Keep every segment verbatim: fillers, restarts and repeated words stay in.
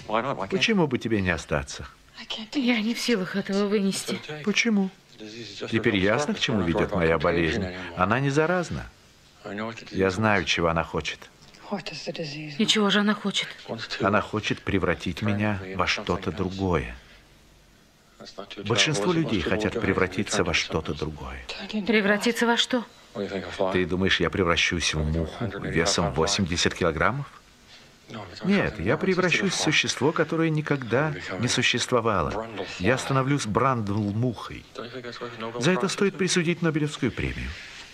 Почему бы тебе не остаться? Я не в силах этого вынести. Почему? Теперь ясно, к чему ведет моя болезнь. Она не заразна. Я знаю, чего она хочет. И чего же она хочет? Она хочет превратить меня во что-то другое. Большинство людей хотят превратиться во что-то другое. Превратиться во что? Ты думаешь, я превращусь в муху весом восемьдесят килограммов? Нет, я превращусь в существо, которое никогда не существовало. Я становлюсь Брандл-мухой. За это стоит присудить Нобелевскую премию.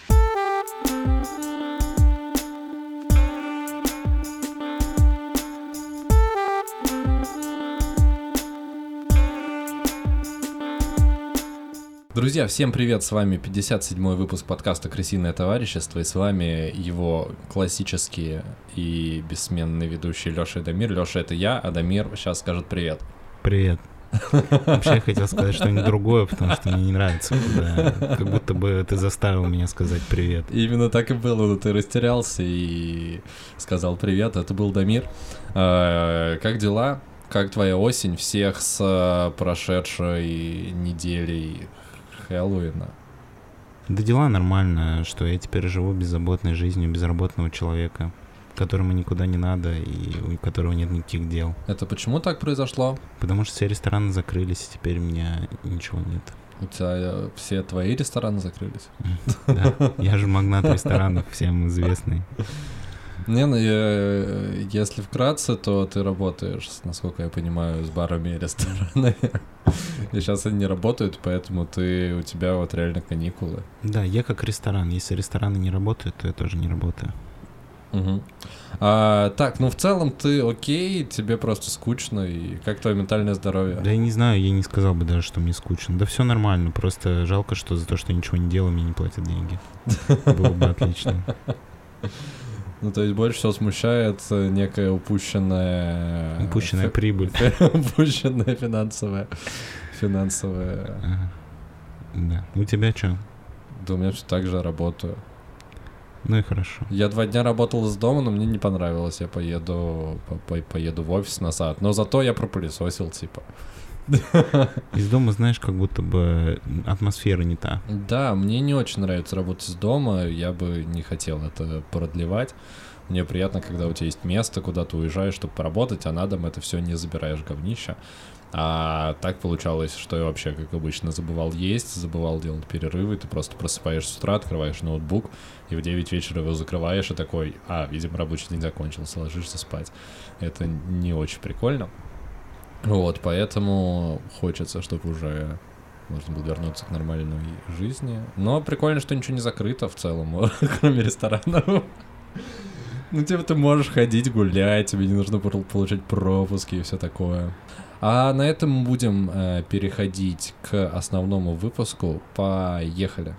Друзья, всем привет, с вами пятьдесят седьмой выпуск подкаста «Крысиное товарищество», и с вами его классические и бессменные ведущие Лёша и Дамир. Лёша — это я, а Дамир сейчас скажет привет. Привет. Вообще я хотел сказать что-нибудь другое, потому что мне не нравится, когда как будто бы ты заставил меня сказать привет. Именно так и было, но ты растерялся и сказал привет, это был Дамир. А, как дела? Как твоя осень? Всех с прошедшей неделей Хэллоуина. Да дела нормально, что я теперь живу беззаботной жизнью безработного человека, которому никуда не надо и у которого нет никаких дел. Это почему так произошло? Потому что все рестораны закрылись, и теперь у меня ничего нет. У тебя все твои рестораны закрылись? Да, я же магнат ресторанов, всем известный. Не, ну я, если вкратце, то ты работаешь, насколько я понимаю, с барами и ресторанами. И сейчас они не работают, поэтому ты, у тебя вот реально каникулы. Да, я как ресторан. Если рестораны не работают, то я тоже не работаю. Угу. А, так, ну в целом ты окей, тебе просто скучно, и как твое ментальное здоровье? Да я не знаю, я не сказал бы даже, что мне скучно. Да все нормально, просто жалко, что за то, что я ничего не делаю, мне не платят деньги. Было бы отлично. Ну, то есть больше всего смущает некая упущенная... Упущенная фи- прибыль. Упущенная финансовая... Финансовая... Ага. Да. У тебя что? Да у меня все так же работаю. Ну и хорошо. Я два дня работал из дома, но мне не понравилось. Я поеду, по- поеду в офис назад. Но зато я пропылесосил, типа. Из дома, знаешь, как будто бы атмосфера не та. Да, мне не очень нравится работать из дома, я бы не хотел это продлевать. Мне приятно, когда у тебя есть место, куда ты уезжаешь, чтобы поработать, а на дом это все не забираешь говнища. А так получалось, что я вообще, как обычно, забывал есть, забывал делать перерывы, ты просто просыпаешься с утра, открываешь ноутбук, и в девять вечера его закрываешь, и такой, а, видимо, рабочий день закончился, ложишься спать. Это не очень прикольно. Вот, поэтому хочется, чтобы уже можно было вернуться к нормальной жизни. Но прикольно, что ничего не закрыто в целом, кроме ресторанов. Ну, типа, ты можешь ходить, гулять, тебе не нужно получать пропуски и все такое. А на этом мы будем э, переходить к основному выпуску. Поехали.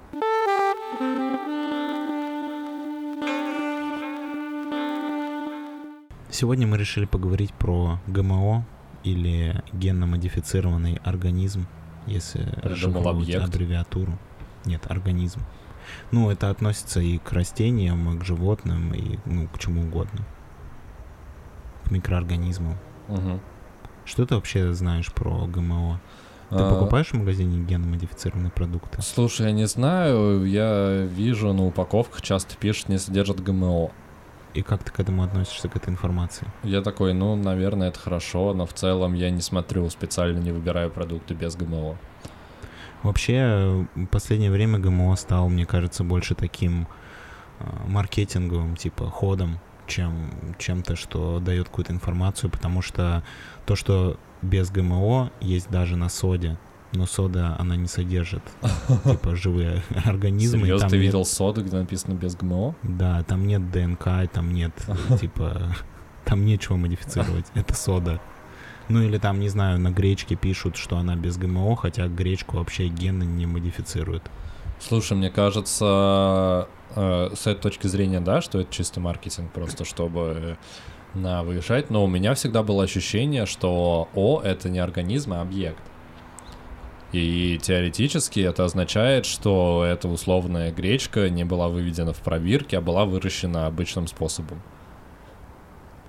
Сегодня мы решили поговорить про ГМО, или генно-модифицированный организм, если расшифровывать аббревиатуру. Нет, организм. Ну, это относится и к растениям, и к животным, и ну, к чему угодно. К микроорганизмам. Угу. Что ты вообще знаешь про ГМО? Ты а... покупаешь в магазине генно-модифицированные продукты? Слушай, я не знаю, я вижу на упаковках часто пишут, не содержат ГМО. И как ты к этому относишься, к этой информации? Я такой, ну, наверное, это хорошо, но в целом я не смотрю, специально не выбираю продукты без ГМО. Вообще, в последнее время ГМО стал, мне кажется, больше таким э, маркетинговым, типа, ходом, чем чем-то, что дает какую-то информацию, потому что то, что без ГМО, есть даже на соде. Но сода, она не содержит, типа, живые организмы. Серьезно, ты видел соду, где написано без ГМО? Да, там нет ДНК, там нет, типа, там нечего модифицировать, это сода. Ну или там, не знаю, на гречке пишут, что она без ГМО, хотя гречку вообще гены не модифицируют. Слушай, мне кажется, э, с этой точки зрения, да, что это чисто маркетинг, просто чтобы на выезжать, но у меня всегда было ощущение, что О — это не организм, а объект. И теоретически это означает, что эта условная гречка не была выведена в пробирке, а была выращена обычным способом.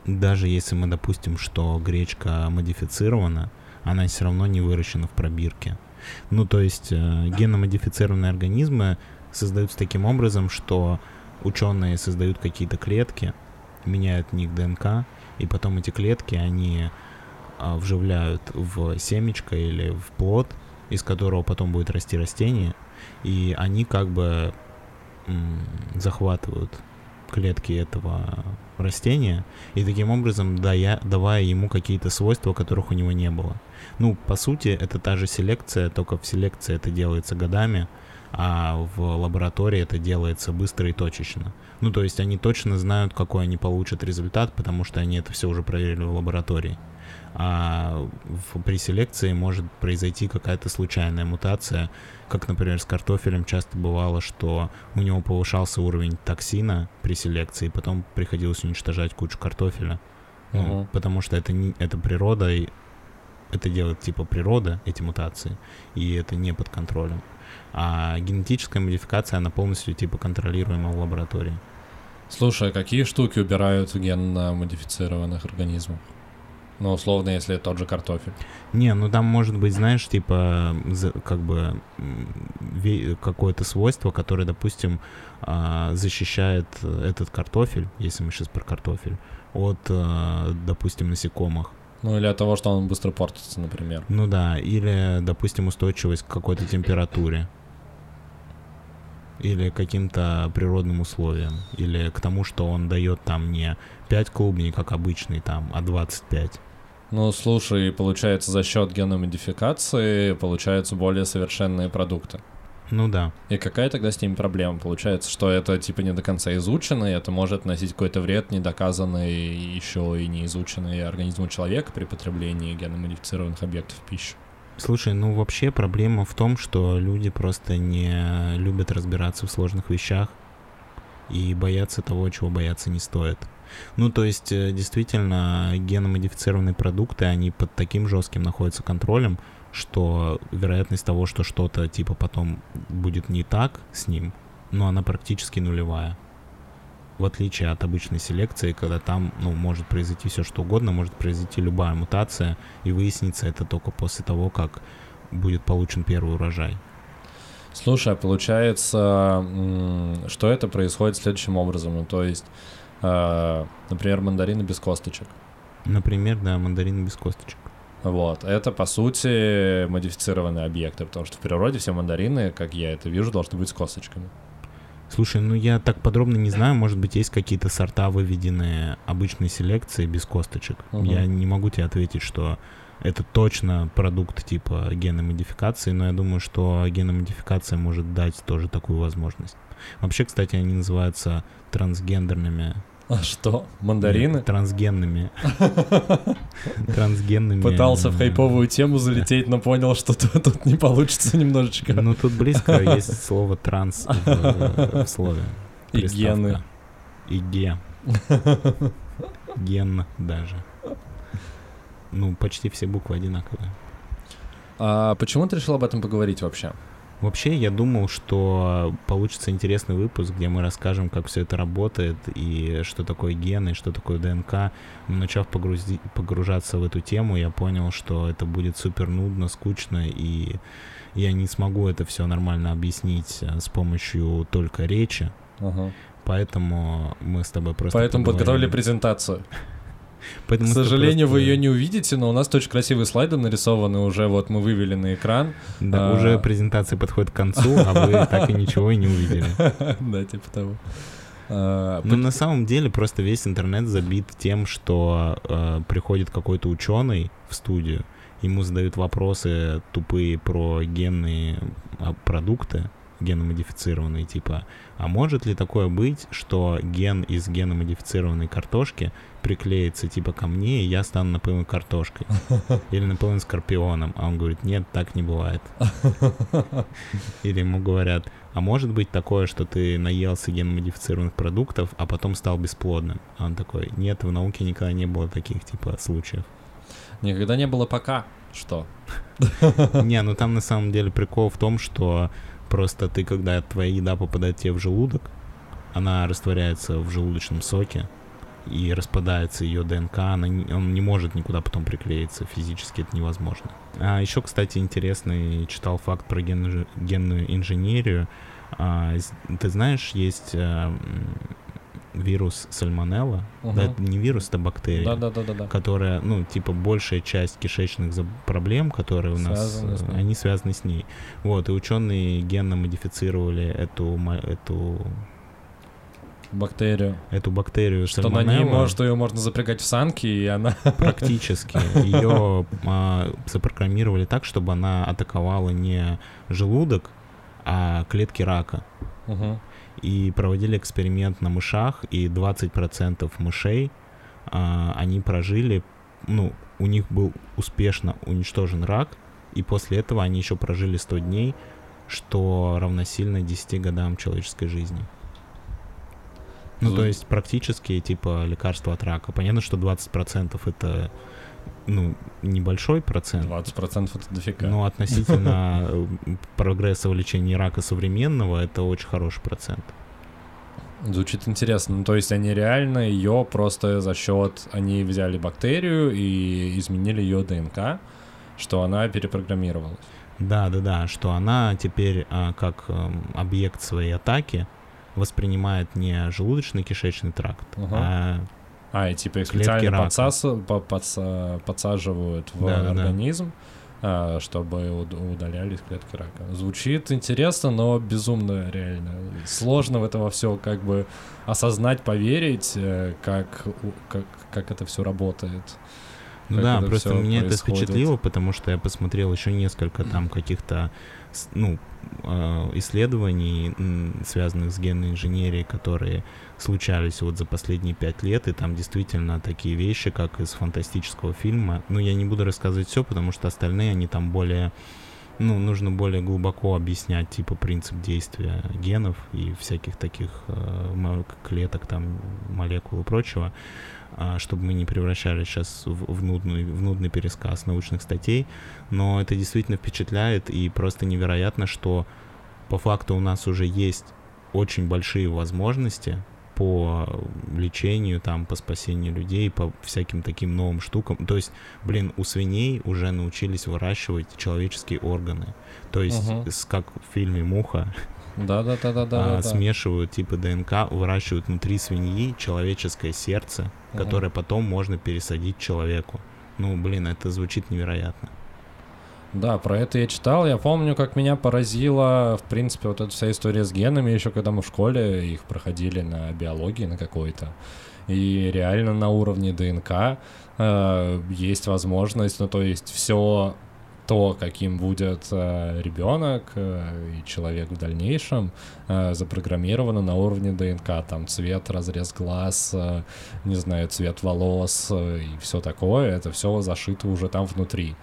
даже если мы допустим, что гречка модифицирована, она все равно не выращена в пробирке. Ну, то есть э, геномодифицированные организмы создаются таким образом, что ученые создают какие-то клетки, меняют в них ДНК, и потом эти клетки, они а, вживляют в семечко или в плод, из которого потом будет расти растение, и они как бы м- захватывают клетки этого растения, и таким образом дая, давая ему какие-то свойства, которых у него не было. Ну, по сути, это та же селекция, только в селекции это делается годами, а в лаборатории это делается быстро и точечно. Ну, то есть они точно знают, какой они получат результат, потому что они это все уже проверили в лаборатории. А в, при селекции может произойти какая-то случайная мутация, как, например, с картофелем часто бывало, что у него повышался уровень токсина при селекции, и потом приходилось уничтожать кучу картофеля. Uh-huh. Ну, потому что это, не, это природа, и это делает типа природа, эти мутации, и это не под контролем. А генетическая модификация, она полностью типа контролируема в лаборатории. Слушай, а какие штуки убирают в генно-модифицированных организмах? Ну, условно, если тот же картофель. Не, ну там может быть, знаешь, типа, как бы какое-то свойство, которое, допустим, защищает этот картофель, если мы сейчас про картофель, от, допустим, насекомых. Ну, или от того, что он быстро портится, например. Ну да, или, допустим, устойчивость к какой-то температуре. Или к каким-то природным условиям. Или к тому, что он дает там не пять клубней, как обычный, там, а двадцать пять. Ну, слушай, получается, за счет геномодификации получаются более совершенные продукты. Ну да. И какая тогда с ними проблема? Получается, что это типа не до конца изучено, и это может носить какой-то вред, недоказанный еще и не изученный организму человека при потреблении геномодифицированных объектов в пищу. Слушай, ну вообще проблема в том, что люди просто не любят разбираться в сложных вещах и боятся того, чего бояться не стоит. Ну, то есть, действительно, геномодифицированные продукты, они под таким жестким находятся контролем, что вероятность того, что что-то типа потом будет не так с ним, ну, она практически нулевая. В отличие от обычной селекции, когда там, ну, может произойти все что угодно, может произойти любая мутация, и выяснится это только после того, как будет получен первый урожай. Слушай, а получается, что это происходит следующим образом, ну, то есть, э, например, мандарины без косточек. Например, да, мандарины без косточек. Вот, это, по сути, модифицированные объекты, потому что в природе все мандарины, как я это вижу, должны быть с косточками. Слушай, ну я так подробно не знаю, может быть, есть какие-то сорта, выведенные обычной селекцией без косточек. Uh-huh. Я не могу тебе ответить, что это точно продукт типа геномодификации, но я думаю, что геномодификация может дать тоже такую возможность. Вообще, кстати, они называются трансгендерными. А что? Мандарины? Нет, трансгенными. Трансгенными. Пытался в хайповую тему залететь, но понял, что тут не получится немножечко. Ну, тут близко есть слово «транс» в слове. И гены. И ге. Ген даже. Ну, почти все буквы одинаковые. А почему ты решил об этом поговорить вообще? Вообще, я думал, что получится интересный выпуск, где мы расскажем, как все это работает, и что такое гены, что такое ДНК. Но начав погрузи- погружаться в эту тему, я понял, что это будет супер нудно, скучно, и я не смогу это все нормально объяснить с помощью только речи. Ага. Поэтому мы с тобой просто Поэтому поговорим. подготовили презентацию. Поэтому К сожалению, просто... вы ее не увидите, но у нас очень красивые слайды нарисованы уже, вот мы вывели на экран. Да, а... уже презентация подходит к концу, а вы так и ничего и не увидели. Да, типа того. А, Но на самом деле просто весь интернет забит тем, что э, приходит какой-то ученый в студию, ему задают вопросы тупые про генные продукты, геномодифицированные, типа, а может ли такое быть, что ген из геномодифицированной картошки приклеится типа ко мне, и я стану наполовину картошкой или наполовину скорпионом? А он говорит, нет, так не бывает. Или ему говорят, а может быть такое, что ты наелся геномодифицированных продуктов, а потом стал бесплодным? А он такой, нет, в науке никогда не было таких типа случаев. Никогда не было пока. Что? Не, ну там на самом деле прикол в том, что просто ты, когда твоя еда попадает тебе в желудок, она растворяется в желудочном соке, и распадается ее ДНК, она, не- он не может никуда потом приклеиться, физически это невозможно. А еще, кстати, интересный читал факт про ген- генную инженерию. А, с- ты знаешь, есть а, м, вирус сальмонелла, Мгм. да, это не вирус, это бактерия, Да-да-да-да-да. которая, ну, типа, большая часть кишечных заб- проблем, которые у нас, Связаны с э, ней. они связаны с ней. Вот, и ученые генно модифицировали эту, ма- эту, Бактерию. эту бактерию Что на ней сальмонелла. может, ее можно запрягать в санки, и она... Практически. Ее а, запрограммировали так, чтобы она атаковала не желудок, а клетки рака. Мгм. И проводили эксперимент на мышах, и двадцать процентов мышей, а, они прожили, ну, у них был успешно уничтожен рак, и после этого они еще прожили сто дней, что равносильно десяти годам человеческой жизни. Ну, Зу- то есть практически, типа, лекарство от рака. Понятно, что двадцать процентов это, ну, небольшой процент, двадцать процентов это дофига. но относительно э, прогресса в лечении рака современного это очень хороший процент. Звучит интересно. Ну, то есть они реально ее просто за счет... Они взяли бактерию и изменили ее ДНК, что она перепрограммировалась. Да, да, да, что она теперь а, как эм, объект своей атаки воспринимает не желудочно-кишечный тракт, Ага. а А, и типа их Клетки специально рака. подсас- по- подса- подсаживают в Да-да-да. организм, а, чтобы уд- удалялись клетки рака. Звучит интересно, но безумно реально. Сложно в это во все как бы осознать, поверить, э, как, у- как, как это все работает. ну как да, это просто всё меня это происходит. впечатлило, потому что я посмотрел еще несколько там каких-то с- ну, э, исследований, м, связанных с генной инженерией, которые случались вот за последние пять лет, и там действительно такие вещи, как из фантастического фильма. Ну, я не буду рассказывать все, потому что остальные, они там более, ну, нужно более глубоко объяснять, типа, принцип действия генов и всяких таких э, мо- клеток, там, молекул и прочего, а, чтобы мы не превращались сейчас в, в, нудный, в нудный пересказ научных статей, но это действительно впечатляет, и просто невероятно, что по факту у нас уже есть очень большие возможности по лечению, там, по спасению людей, по всяким таким новым штукам. То есть, блин, у свиней уже научились выращивать человеческие органы. То есть, Мгм. с- как в фильме «Муха», Да-да-да-да-да. а, смешивают типа ДНК, выращивают внутри свиньи человеческое сердце, Мгм. которое потом можно пересадить человеку. Ну, блин, это звучит невероятно. Да, про это я читал. Я помню, как меня поразила, в принципе, вот эта вся история с генами, еще когда мы в школе их проходили на биологии, на какой-то. И реально на уровне ДНК э, есть возможность, ну, то есть все то, каким будет э, ребенок э, и человек в дальнейшем, э, запрограммировано на уровне ДНК. Там цвет, разрез глаз, э, не знаю, цвет волос э, и все такое. Это все зашито уже там внутри.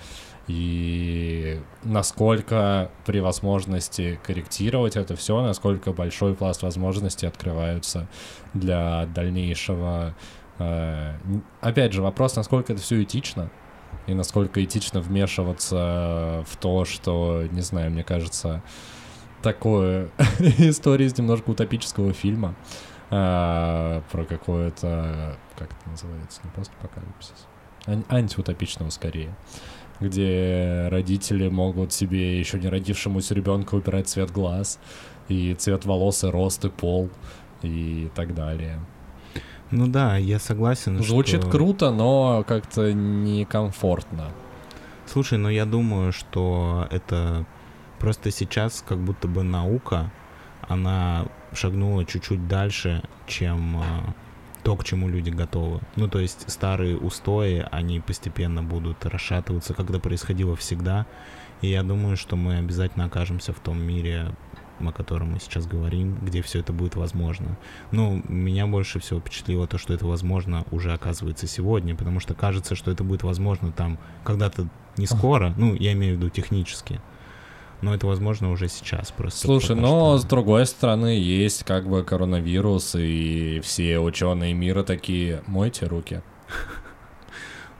И насколько при возможности корректировать это все, насколько большой пласт возможностей открываются для дальнейшего. э, н- Опять же, вопрос, насколько это все этично, и насколько этично вмешиваться в то, что, не знаю, мне кажется, такое история из немножко утопического фильма э, про какое-то, как это называется, не постапокалипсис, ан- антиутопичного скорее, где родители могут себе еще не родившемуся ребенку выбирать цвет глаз, и цвет волос, и рост, и пол, и так далее. Ну да, я согласен. Звучит что... круто, но как-то некомфортно. Слушай, ну я думаю, что это просто сейчас как будто бы наука, она шагнула чуть-чуть дальше, чем а, то, к чему люди готовы. Ну, то есть старые устои, они постепенно будут расшатываться, когда происходило всегда. И я думаю, что мы обязательно окажемся в том мире, о котором мы сейчас говорим, где все это будет возможно. Ну, меня больше всего впечатлило то, что это возможно уже оказывается сегодня, потому что кажется, что это будет возможно там когда-то не скоро, ну, я имею в виду технически, но это возможно уже сейчас просто. Слушай, потому но что- с другой стороны есть как бы коронавирус, и все ученые мира такие: мойте руки.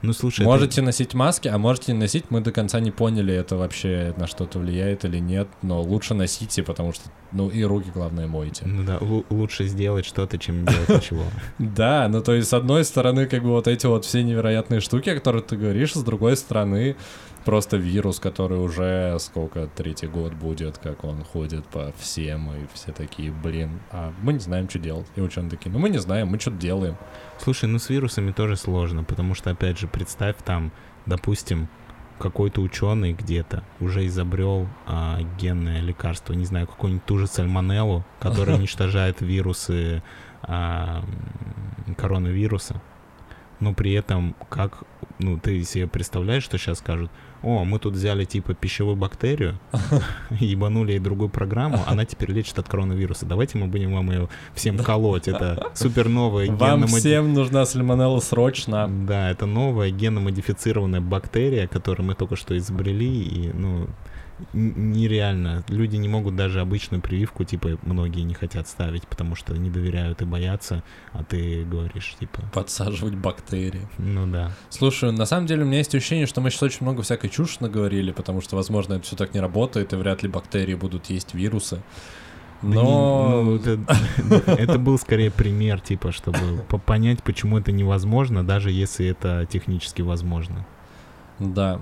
Ну, слушай, можете это... носить маски, а можете не носить. Мы до конца не поняли, это вообще на что-то влияет или нет. Но лучше носите, потому что, ну, и руки, главное, мойте. Ну да, л- лучше сделать что-то, чем не делать ничего. Да, ну то есть, с одной стороны, как бы вот эти вот все невероятные штуки, о которых ты говоришь, с другой стороны, просто вирус, который уже сколько, третий год будет, как он ходит по всем, и все такие, блин, а мы не знаем, что делать. И ученые такие, ну мы не знаем, мы что-то делаем. Слушай, ну с вирусами тоже сложно, потому что, опять же, представь там, допустим, какой-то ученый где-то уже изобрел а, генное лекарство, не знаю, какую-нибудь ту же сальмонеллу, которая уничтожает вирусы а, коронавируса. Но при этом, как, ну, ты себе представляешь, что сейчас скажут, о, мы тут взяли, типа, пищевую бактерию, ебанули ей другую программу, она теперь лечит от коронавируса. Давайте мы будем вам ее всем колоть. Это супер новая Вам генно-моди- всем нужна сальмонелла срочно. Да, это новая генно-модифицированная бактерия, которую мы только что изобрели, и, ну, н- нереально. Люди не могут даже обычную прививку, типа, многие не хотят ставить, потому что не доверяют и боятся, а ты говоришь, типа... Подсаживать бактерии. Ну да. Слушай, на самом деле у меня есть ощущение, что мы сейчас очень много всякой чушь наговорили, потому что, возможно, это все так не работает, и вряд ли бактерии будут есть вирусы. Да не- Но... ну, это, это был скорее пример, типа, чтобы по- понять, почему это невозможно, даже если это технически возможно. Да.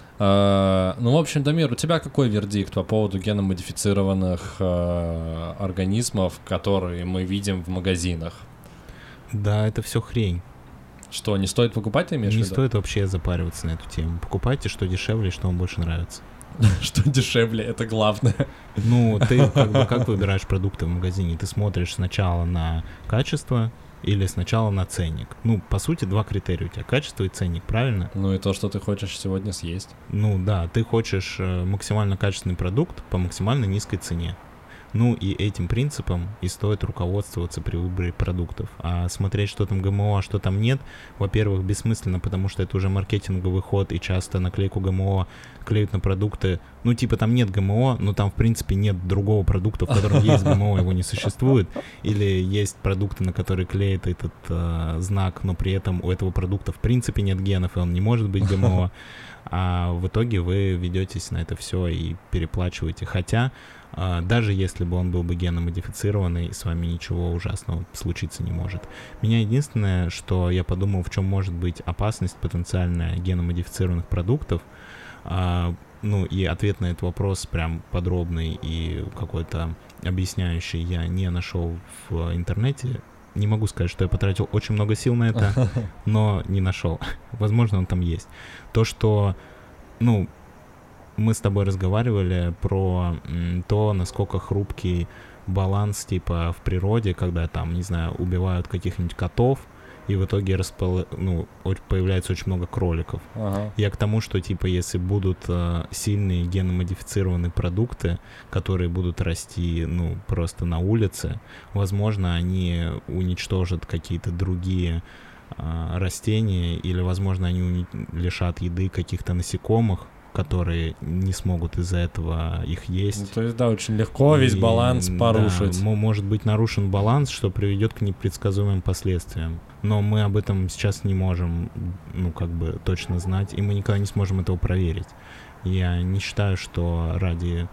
А, ну, в общем, Дамир, у тебя какой вердикт по поводу геномодифицированных а, организмов, которые мы видим в магазинах? Да, это все хрень. Что, не стоит покупать, ты имеешь в Не виду? стоит вообще запариваться на эту тему. Покупайте, что дешевле, что вам больше нравится. Что дешевле, это главное. Ну, ты как бы как выбираешь продукты в магазине? Ты смотришь сначала на качество или сначала на ценник? Ну, по сути, два критерия у тебя. Качество и ценник, правильно? Ну и то, что ты хочешь сегодня съесть. Ну да, ты хочешь э, максимально качественный продукт по максимально низкой цене. Ну и этим принципом и стоит руководствоваться при выборе продуктов. А смотреть, что там ГМО, а что там нет, во-первых, бессмысленно, потому что это уже маркетинговый ход, и часто наклейку ГМО клеют на продукты. Ну типа там нет ГМО, но там в принципе нет другого продукта, в котором есть ГМО, его не существует. Или есть продукты, на которые клеят этот э, знак, но при этом у этого продукта в принципе нет генов, и он не может быть ГМО. А в итоге вы ведетесь на это все и переплачиваете. Хотя, а, даже если бы он был бы геномодифицированный, с вами ничего ужасного случиться не может. Меня единственное, что я подумал, в чем может быть опасность потенциальная геномодифицированных продуктов, а, ну и ответ на этот вопрос прям подробный и какой-то объясняющий я не нашел в интернете. Не могу сказать, что я потратил очень много сил на это, но не нашел. Возможно, он там есть. То, что, ну, мы с тобой разговаривали про м, то, насколько хрупкий баланс, типа, в природе, когда там, не знаю, убивают каких-нибудь котов, и в итоге распол... ну, появляется очень много кроликов. Ага. Я к тому, что, типа, если будут э, сильные геномодифицированные продукты, которые будут расти, ну, просто на улице, возможно, они уничтожат какие-то другие э, растения, или, возможно, они уни... лишат еды каких-то насекомых, которые не смогут из-за этого их есть. Ну, то есть, да, очень легко весь И, баланс порушить. Да, м- может быть нарушен баланс, что приведет к непредсказуемым последствиям. Но мы об этом сейчас не можем, ну, как бы точно знать, и мы никогда не сможем этого проверить. Я не считаю, что ради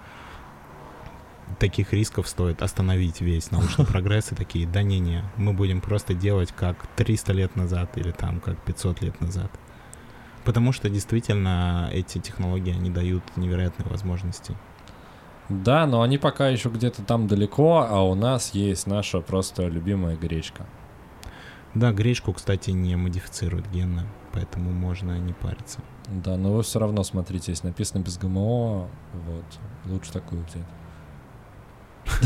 таких рисков стоит остановить весь научный прогресс и такие, да не-не, мы будем просто делать как триста лет назад или там как пятьсот лет назад. Потому что действительно эти технологии, они дают невероятные возможности. Да, но они пока еще где-то там далеко, а у нас есть наша просто любимая гречка. Да, гречку, кстати, не модифицируют генно, поэтому можно не париться. Да, но вы все равно смотрите, если написано без ГМО, вот, лучше такую взять.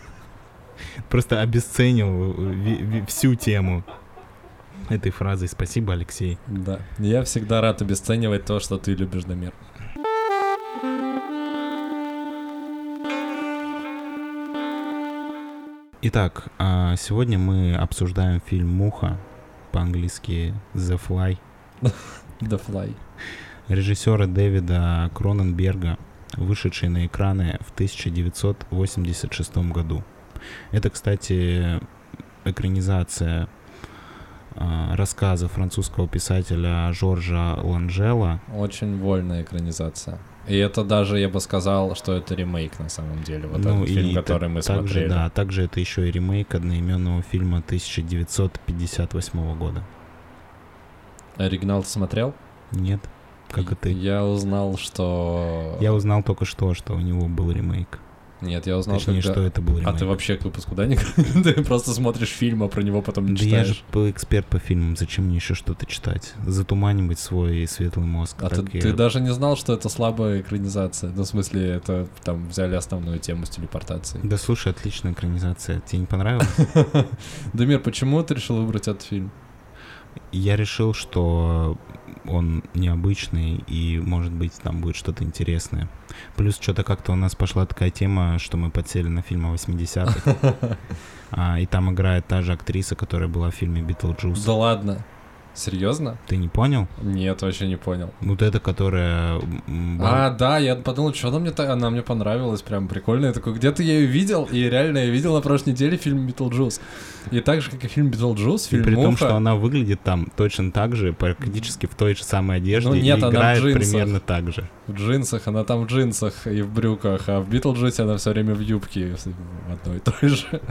Просто обесценил ви- ви- всю тему этой фразой. Спасибо, Алексей. Да, я всегда рад обесценивать то, что ты любишь, Дамир. Итак, а, сегодня мы обсуждаем фильм «Муха», по-английски «The Fly», The Fly. режиссера Дэвида Кроненберга, вышедший на экраны в тысяча девятьсот восемьдесят шестом году. Это, кстати, экранизация э, рассказа французского писателя Жоржа Ланжела. Очень вольная экранизация. И это даже, я бы сказал, что это ремейк на самом деле. Вот Ну, этот фильм, и который та- мы также, смотрели. да, также это еще и ремейк одноименного фильма тысяча девятьсот пятьдесят восьмого года. Оригинал ты смотрел? Нет, как и ты. Я узнал, что... Я узнал только что, что у него был ремейк. Нет, я узнал, Точнее, когда... что это был ремейк. А ты вообще к выпуску, да, никак? Ты просто смотришь фильм, а про него потом не Да я же читаешь. был эксперт по фильмам, зачем мне еще что-то читать? Затуманивать свой светлый мозг. А ты, Так я- ты даже не знал, что это слабая экранизация? Ну, в смысле, это там взяли основную тему с телепортацией. Да слушай, отличная экранизация. Тебе не понравилось? Дамир, почему ты решил выбрать этот фильм? Я решил, что он необычный и, может быть, там будет что-то интересное. Плюс что-то как-то у нас пошла такая тема, что мы подсели на фильмы восьмидесятых. А, и там играет та же актриса, которая была в фильме «Битлджус». Да ладно? Серьезно? Ты не понял? Нет, вообще не понял. Вот это, которая... м, А, да, я подумал, что она мне, та- она мне понравилась, прям прикольно. Я такой, где-то я ее видел, и реально я видел на прошлой неделе фильм «Битлджус». И так же, как и фильм «Битлджус», И фильм при том, «Муха». что она выглядит там точно так же, практически в той же самой одежде, Ну нет, и она в играет джинсах. примерно так же. В джинсах, она там в джинсах и в брюках, а в «Битлджусе» она все время в юбке в одной и той же.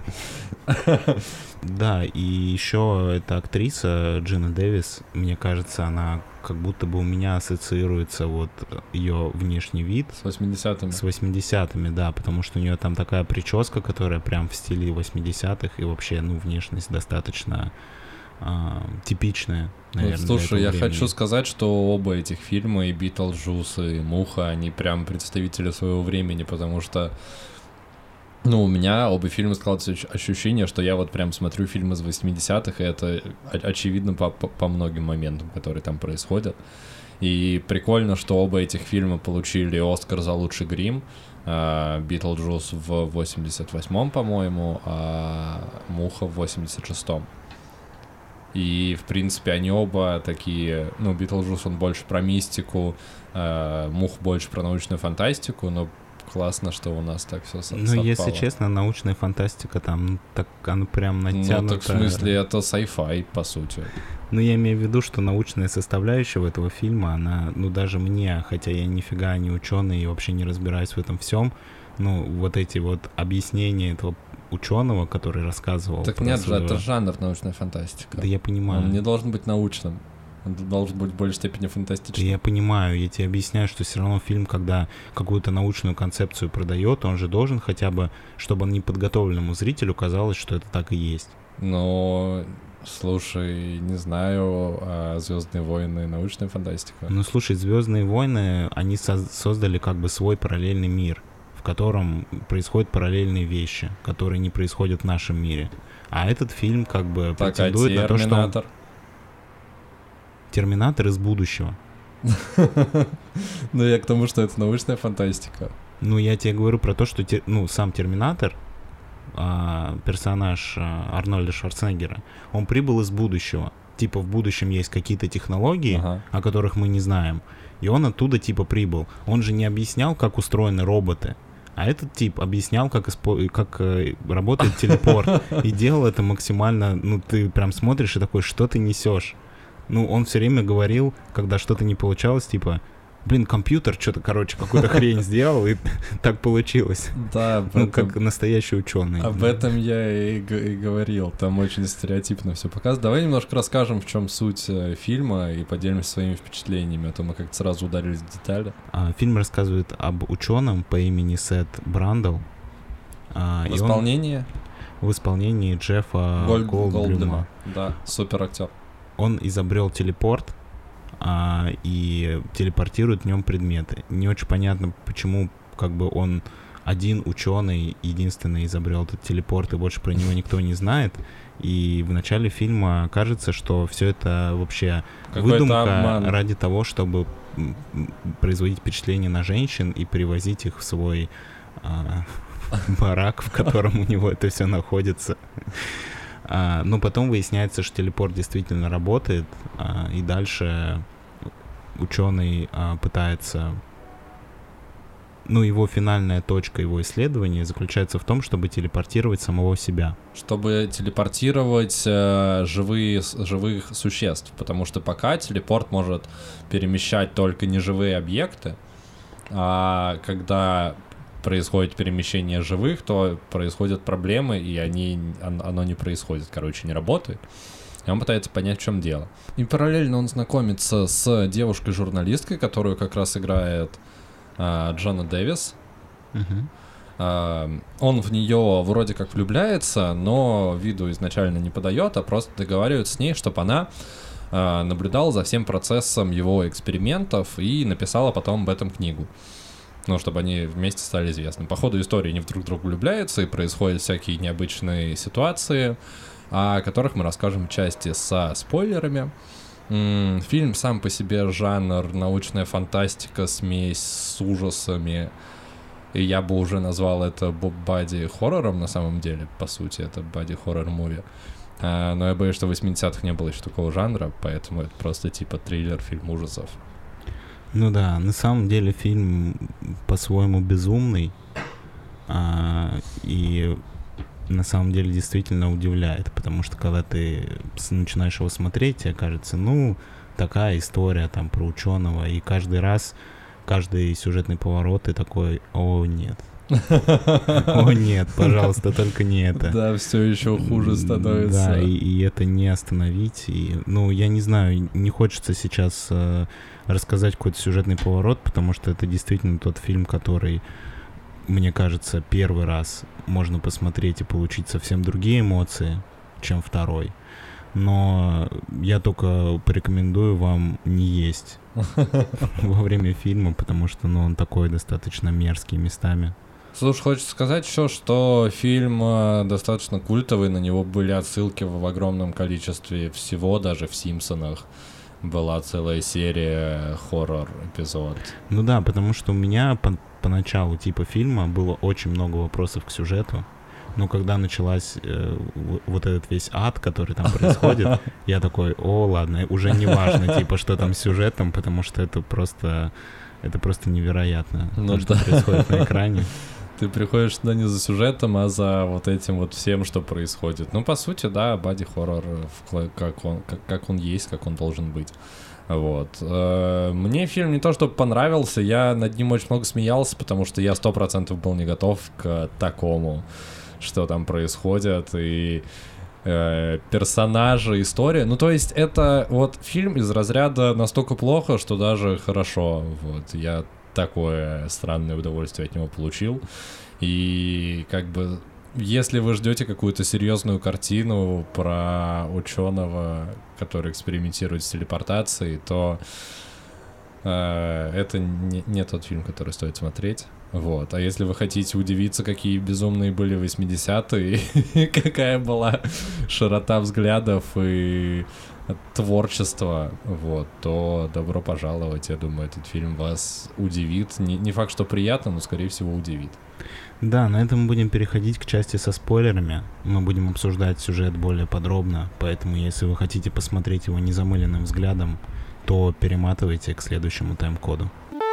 Да, и еще эта актриса Джина Дэвис, мне кажется, она как будто бы у меня ассоциируется вот ее внешний вид С восьмидесятыми. с восьмидесятыми, да, потому что у нее там такая прическа, которая прям в стиле восьмидесятых, и вообще, ну, внешность достаточно а, типичная, наверное, Ну, слушай, для я этого времени. хочу сказать, что оба этих фильма, и «Битлджус», и «Муха», они прям представители своего времени, потому что, ну, у меня оба фильма складывается ощ- ощущение, что я вот прям смотрю фильмы из восьмидесятых, и это о- очевидно по, по, по многим моментам, которые там происходят. И прикольно, что оба этих фильма получили «Оскар» за лучший грим. А, «Битлджус» в восемьдесят восьмом, по-моему, а «Муха» в восемьдесят шестом. И, в принципе, они оба такие... Ну, «Битлджус», он больше про мистику, а «Мух» больше про научную фантастику, но классно, что у нас так все совпало. Ну, если честно, научная фантастика там, так она прям натянута. Ну, так в смысле, это sci-fi, по сути. Ну, я имею в виду, что научная составляющая этого фильма, она, ну, даже мне, хотя я нифига не ученый и вообще не разбираюсь в этом всем, ну, вот эти вот объяснения этого ученого, который рассказывал... Так про нет же, своего- это жанр научная фантастика. Да я понимаю. Он не должен быть научным. Он должен быть в большей степени Да фантастичным. я понимаю, я тебе объясняю, что все равно фильм, когда какую-то научную концепцию продает, он же должен хотя бы, чтобы неподготовленному зрителю казалось, что это так и есть. Но, слушай, не знаю, а «Звездные войны» научная фантастика. Ну, слушай, «Звездные войны», они соз- создали как бы свой параллельный мир, в котором происходят параллельные вещи, которые не происходят в нашем мире. А этот фильм как бы Так, а претендует на то, что он «Терминатор»? Терминатор из будущего. Ну, я к тому, что это научная фантастика. Ну, я тебе говорю про то, что те- ну, сам Терминатор, а, персонаж а, Арнольда Шварценеггера, он прибыл из будущего. Типа в будущем есть какие-то технологии, Ага. о которых мы не знаем. И он оттуда типа прибыл. Он же не объяснял, как устроены роботы. А этот тип объяснял, как, испо- как э, работает телепорт. И делал это максимально... Ну, ты прям смотришь и такой, что ты несешь? Ну, он все время говорил, когда что-то не получалось, типа, блин, компьютер что-то, короче, какую-то хрень сделал, и так получилось. Да, об Ну, этом- как настоящий ученый. об этом я и, г- и говорил. Там очень стереотипно все показано. Давай немножко расскажем, в чем суть э, фильма, и поделимся своими впечатлениями, а то мы как-то сразу ударились в детали. А, фильм рассказывает об ученом по имени Сет Брандл. А, В и он исполнении в исполнении Джеффа Голд- Голдблюма. Голдблюма. Да, супер актер. Он изобрел телепорт а, и телепортирует в нем предметы. Не очень понятно, почему как бы он один ученый единственный изобрел этот телепорт, и больше про него никто не знает. И в начале фильма кажется, что все это вообще Какой-то выдумка обман. ради того, чтобы м, м, производить впечатление на женщин и привозить их в свой а, барак, в котором у него это все находится. А, но потом выясняется, что телепорт действительно работает, а, и дальше ученый а, пытается ну, его финальная точка его исследования заключается в том, чтобы телепортировать самого себя. Чтобы телепортировать э, живые, живых существ, потому что пока телепорт может перемещать только неживые объекты, а когда происходит перемещение живых, то происходят проблемы, и они, оно не происходит, короче, не работает. И он пытается понять, в чем дело. И параллельно он знакомится с девушкой-журналисткой, которую как раз играет а, Джона Дэвис. Uh-huh. А, он в нее вроде как влюбляется, но виду изначально не подает, а просто договаривается с ней, чтобы она а, наблюдала за всем процессом его экспериментов и написала потом об этом книгу. Ну, чтобы они вместе стали известны. По ходу истории они друг в друга влюбляются, и происходят всякие необычные ситуации, о которых мы расскажем в части со спойлерами. М-м, фильм сам по себе жанр научная фантастика, смесь с ужасами. И я бы уже назвал это боди-хоррором на самом деле. По сути, это боди-хоррор-муви. А, но я боюсь, что в восьмидесятых не было еще такого жанра, поэтому это просто типа триллер, фильм ужасов. Ну да, на самом деле фильм по-своему безумный, а, и на самом деле действительно удивляет, потому что когда ты начинаешь его смотреть, тебе кажется, ну, такая история там про ученого, и каждый раз, каждый сюжетный поворот ты такой, о нет, о нет, пожалуйста, только не это. Да, все еще хуже становится. Да, и, и это не остановить. И, ну, я не знаю, не хочется сейчас э, рассказать какой-то сюжетный поворот, потому что это действительно тот фильм, который, мне кажется, первый раз можно посмотреть и получить совсем другие эмоции, чем второй. Но я только порекомендую вам не есть во время фильма, потому что, ну, он такой достаточно мерзкий местами. Слушай, хочется сказать еще, что фильм э, достаточно культовый, на него были отсылки в, в огромном количестве всего, даже в «Симпсонах» была целая серия хоррор-эпизод. Ну да, потому что у меня по, поначалу типа фильма было очень много вопросов к сюжету, но когда началась э, вот этот весь ад, который там происходит, я такой, о, ладно, уже не важно, типа, что там с сюжетом, потому что это просто, это просто невероятно, ну, что да. происходит на экране. Ты приходишь туда не за сюжетом, а за вот этим вот всем, что происходит. Ну, по сути, да, боди-хоррор, как он, как, как он есть, как он должен быть. Вот. Мне фильм не то чтобы понравился, я над ним очень много смеялся, потому что я сто процентов был не готов к такому, что там происходит, и э, персонажи, история. Ну, то есть это вот фильм из разряда настолько плохо, что даже хорошо. Вот, я такое странное удовольствие от него получил. И как бы, если вы ждете какую-то серьезную картину про ученого, который экспериментирует с телепортацией, то э, это не, не тот фильм, который стоит смотреть. Вот. А если вы хотите удивиться, какие безумные были восьмидесятые, какая была широта взглядов и творчества, вот, то добро пожаловать. Я думаю, этот фильм вас удивит. Не, не факт, что приятно, но, скорее всего, удивит. Да, на этом мы будем переходить к части со спойлерами. Мы будем обсуждать сюжет более подробно, поэтому, если вы хотите посмотреть его незамыленным взглядом, то перематывайте к следующему тайм-коду.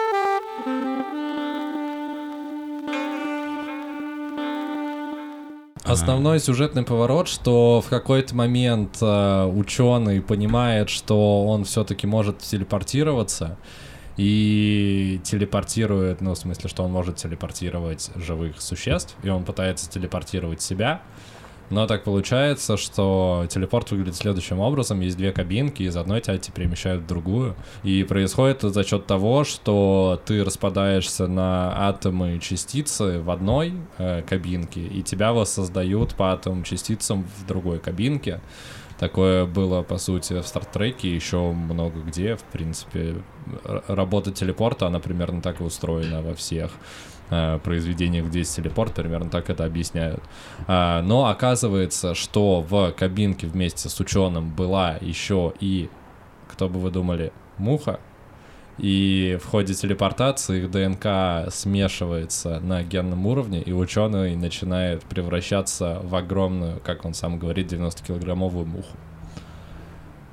Основной сюжетный поворот, что в какой-то момент э, ученый понимает, что он все-таки может телепортироваться, и телепортирует, ну, в смысле, что он может телепортировать живых существ, и он пытается телепортировать себя, но так получается, что телепорт выглядит следующим образом. Есть две кабинки, из одной тебя перемещают в другую. И происходит это за счет того, что ты распадаешься на атомы и частицы в одной э, кабинке, и тебя воссоздают по атомам и частицам в другой кабинке. Такое было, по сути, в Стартреке, еще много где. В принципе, работа телепорта, она примерно так и устроена во всех произведениях, где есть телепорт, примерно так это объясняют. Но оказывается, что в кабинке вместе с ученым была еще и, кто бы вы думали, муха. И в ходе телепортации их ДНК смешивается на генном уровне, и ученый начинает превращаться в огромную, как он сам говорит, девяностокилограммовую муху.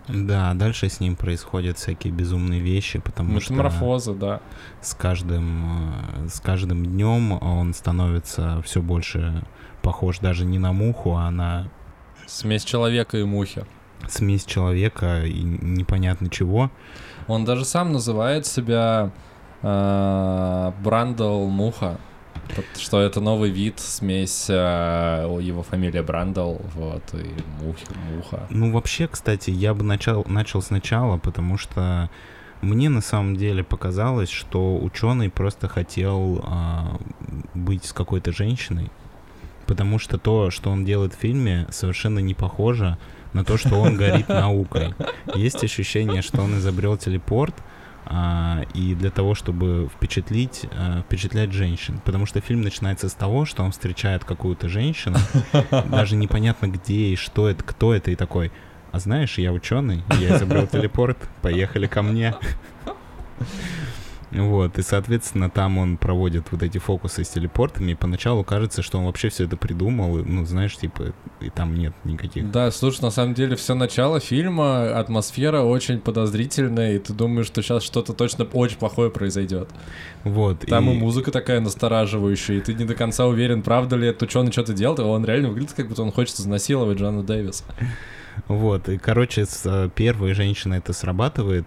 Да, дальше с ним происходят всякие безумные вещи, потому что... Метаморфоза, да. С каждым, с каждым днем он становится все больше похож даже не на муху, а на... Смесь человека и мухи. Смесь человека и непонятно чего. Он даже сам называет себя э, Брандл Муха, что это новый вид, смесь, э, его фамилия Брандл, вот, и мухи, муха. Ну, вообще, кстати, я бы начал, начал сначала, потому что мне на самом деле показалось, что ученый просто хотел э, быть с какой-то женщиной, потому что то, что он делает в фильме, совершенно не похоже на то, что он горит наукой. Есть ощущение, что он изобрел телепорт, а, и для того, чтобы впечатлить, а, впечатлять женщин. Потому что фильм начинается с того, что он встречает какую-то женщину, даже непонятно где и что это, кто это, и такой: а знаешь, я ученый, я изобрел телепорт, поехали ко мне. Вот, и, соответственно, там он проводит вот эти фокусы с телепортами, и поначалу кажется, что он вообще все это придумал, и, ну, знаешь, типа, и там нет никаких... Да, слушай, на самом деле, все начало фильма, атмосфера очень подозрительная, и ты думаешь, что сейчас что-то точно очень плохое произойдет. Вот, там и... и музыка такая настораживающая, и ты не до конца уверен, правда ли этот ученый что-то делает, и он реально выглядит, как будто он хочет изнасиловать Джоанну Дэвис. Вот, и, короче, с первой женщиной это срабатывает,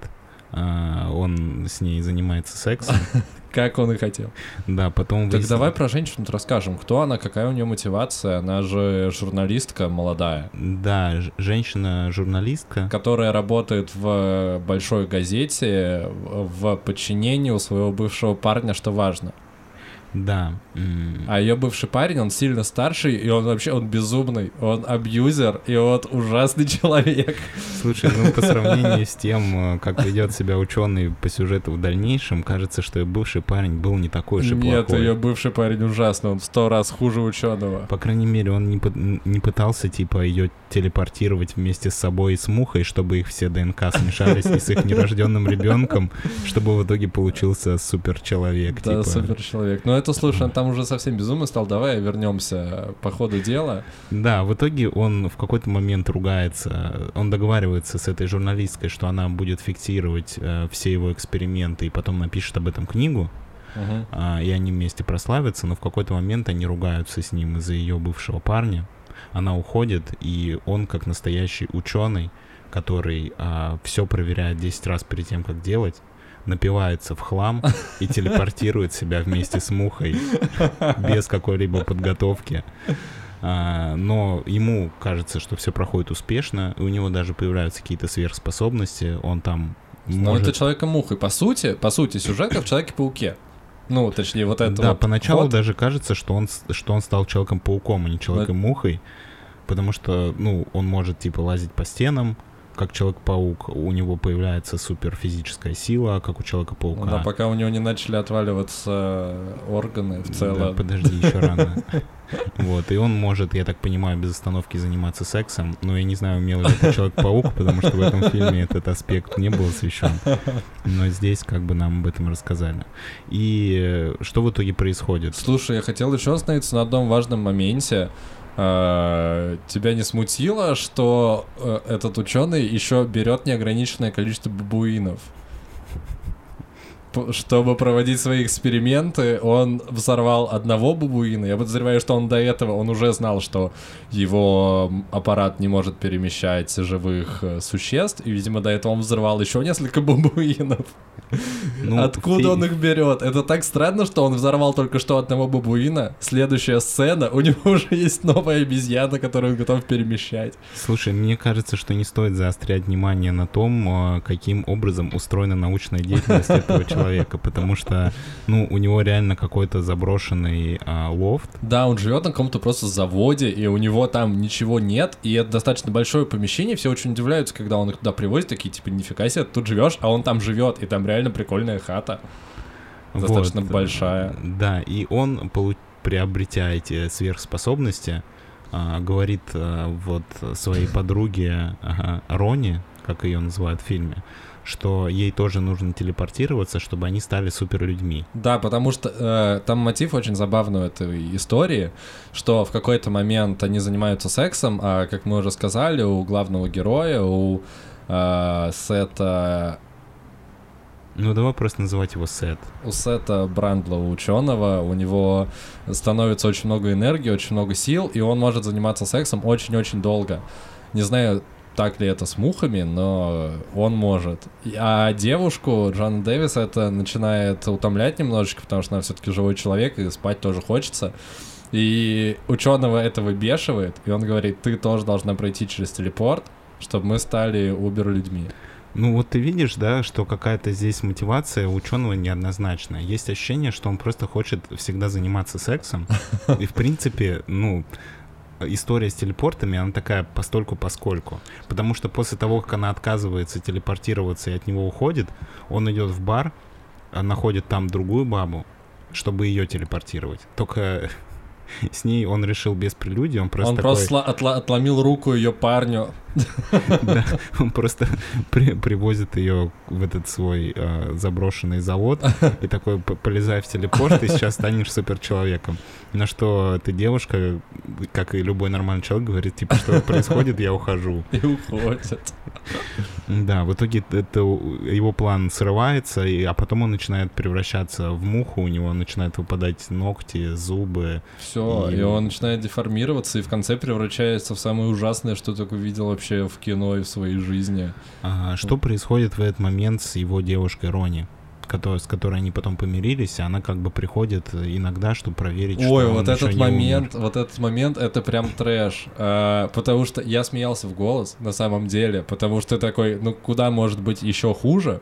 он с ней занимается сексом. Как он и хотел. Да, потом... Так выяснил... давай про женщину расскажем. Кто она, какая у нее мотивация? Она же журналистка молодая. Да, женщина-журналистка. Которая работает в большой газете в подчинении у своего бывшего парня, что важно. Да. А ее бывший парень, он сильно старший, и он вообще, он безумный, он абьюзер, и он ужасный человек. Слушай, ну по сравнению с тем, как ведет себя ученый по сюжету в дальнейшем, кажется, что ее бывший парень был не такой уж и плохой. Нет, ее бывший парень ужасный, он в сто раз хуже ученого. По крайней мере, он не, не пытался, типа, ее телепортировать вместе с собой и с мухой, чтобы их все ДНК смешались, и с их нерожденным ребенком, чтобы в итоге получился суперчеловек. Да, суперчеловек. Но это, слушай, он там уже совсем безумный стал, давай вернемся по ходу дела. Да, в итоге он в какой-то момент ругается, он договаривается с этой журналисткой, что она будет фиксировать э, все его эксперименты и потом напишет об этом книгу, uh-huh. э, и они вместе прославятся, но в какой-то момент они ругаются с ним из-за ее бывшего парня. Она уходит, и он, как настоящий ученый, который э, все проверяет десять раз перед тем, как делать, напивается в хлам и телепортирует себя вместе с мухой без какой-либо подготовки. А, но ему кажется, что все проходит успешно, и у него даже появляются какие-то сверхспособности. Он там может... Но это Человеком-мухой. По сути, по сути, сюжет как в Человеке-пауке. Ну, точнее, вот это Да, вот поначалу ход. даже кажется, что он, что он стал Человеком-пауком, а не Человеком-мухой, потому что, ну, он может, типа, лазить по стенам, как Человек-паук, у него появляется суперфизическая сила, как у Человека-паука. Да, пока у него не начали отваливаться органы в целом. Да, подожди, еще рано. Вот, и он может, я так понимаю, без остановки заниматься сексом, но я не знаю, умел ли это Человек-паук, потому что в этом фильме этот аспект не был освещен. Но здесь как бы нам об этом рассказали. И что в итоге происходит? Слушай, я хотел еще остановиться на одном важном моменте. Uh, тебя не смутило, что uh, этот ученый еще берет неограниченное количество бабуинов? П- чтобы проводить свои эксперименты, он взорвал одного бабуина. Я подозреваю, что он до этого, он уже знал, что его аппарат не может перемещать живых uh, существ, и, видимо, до этого он взорвал еще несколько бабуинов. Ну, откуда фи... он их берет? Это так странно, что он взорвал только что одного бабуина. Следующая сцена, у него уже есть новая обезьяна, которую он готов перемещать. Слушай, мне кажется, что не стоит заострять внимание на том, каким образом устроена научная деятельность этого человека, потому что, ну, у него реально какой-то заброшенный а, лофт. Да, он живет на каком-то просто заводе, и у него там ничего нет, и это достаточно большое помещение. Все очень удивляются, когда он их туда привозит, такие, типа, нифига себе, ты тут живешь, а он там живет, и там реально прикольная хата, достаточно вот, большая. Да, и он, приобретя эти сверхспособности, говорит вот своей подруге Рони, как ее называют в фильме, что ей тоже нужно телепортироваться, чтобы они стали суперлюдьми. Да, потому что э, там мотив очень забавный у этой истории, что в какой-то момент они занимаются сексом, а, как мы уже сказали, у главного героя, у э, Сета... Ну, давай просто называть его Сет. У Сета Брандлова, ученого, у него становится очень много энергии, очень много сил, и он может заниматься сексом очень-очень долго. Не знаю, так ли это с мухами, но он может. А девушку, Джоанна Дэвис, это начинает утомлять немножечко, потому что она все-таки живой человек, и спать тоже хочется. И ученого это выбешивает, и он говорит, ты тоже должна пройти через телепорт, чтобы мы стали убер-людьми. Ну вот ты видишь, да, что какая-то здесь мотивация ученого неоднозначная. Есть ощущение, что он просто хочет всегда заниматься сексом. И в принципе, ну, история с телепортами, она такая постольку-поскольку. Потому что после того, как она отказывается телепортироваться и от него уходит, он идет в бар, находит там другую бабу, чтобы ее телепортировать. Только с ней он решил без прелюдии, он просто Он такой... просто отла- отломил руку ее парню. Да, он просто при- привозит ее в этот свой э, заброшенный завод и такой, полезай в телепорт, ты сейчас станешь суперчеловеком. На что эта девушка, как и любой нормальный человек, говорит, типа, что происходит, я ухожу. И уходит. Да, в итоге это, его план срывается, и, а потом он начинает превращаться в муху, у него начинают выпадать ногти, зубы. Все, и... и он начинает деформироваться, и в конце превращается в самое ужасное, что только видел вообще в кино и в своей жизни. А, что происходит в этот момент с его девушкой Рони, который, с которой они потом помирились, и она как бы приходит иногда, чтобы проверить, Ой, что он вот этот еще момент, не умер. вот этот момент, это прям трэш, а, потому что я смеялся в голос на самом деле, потому что такой, ну куда может быть еще хуже?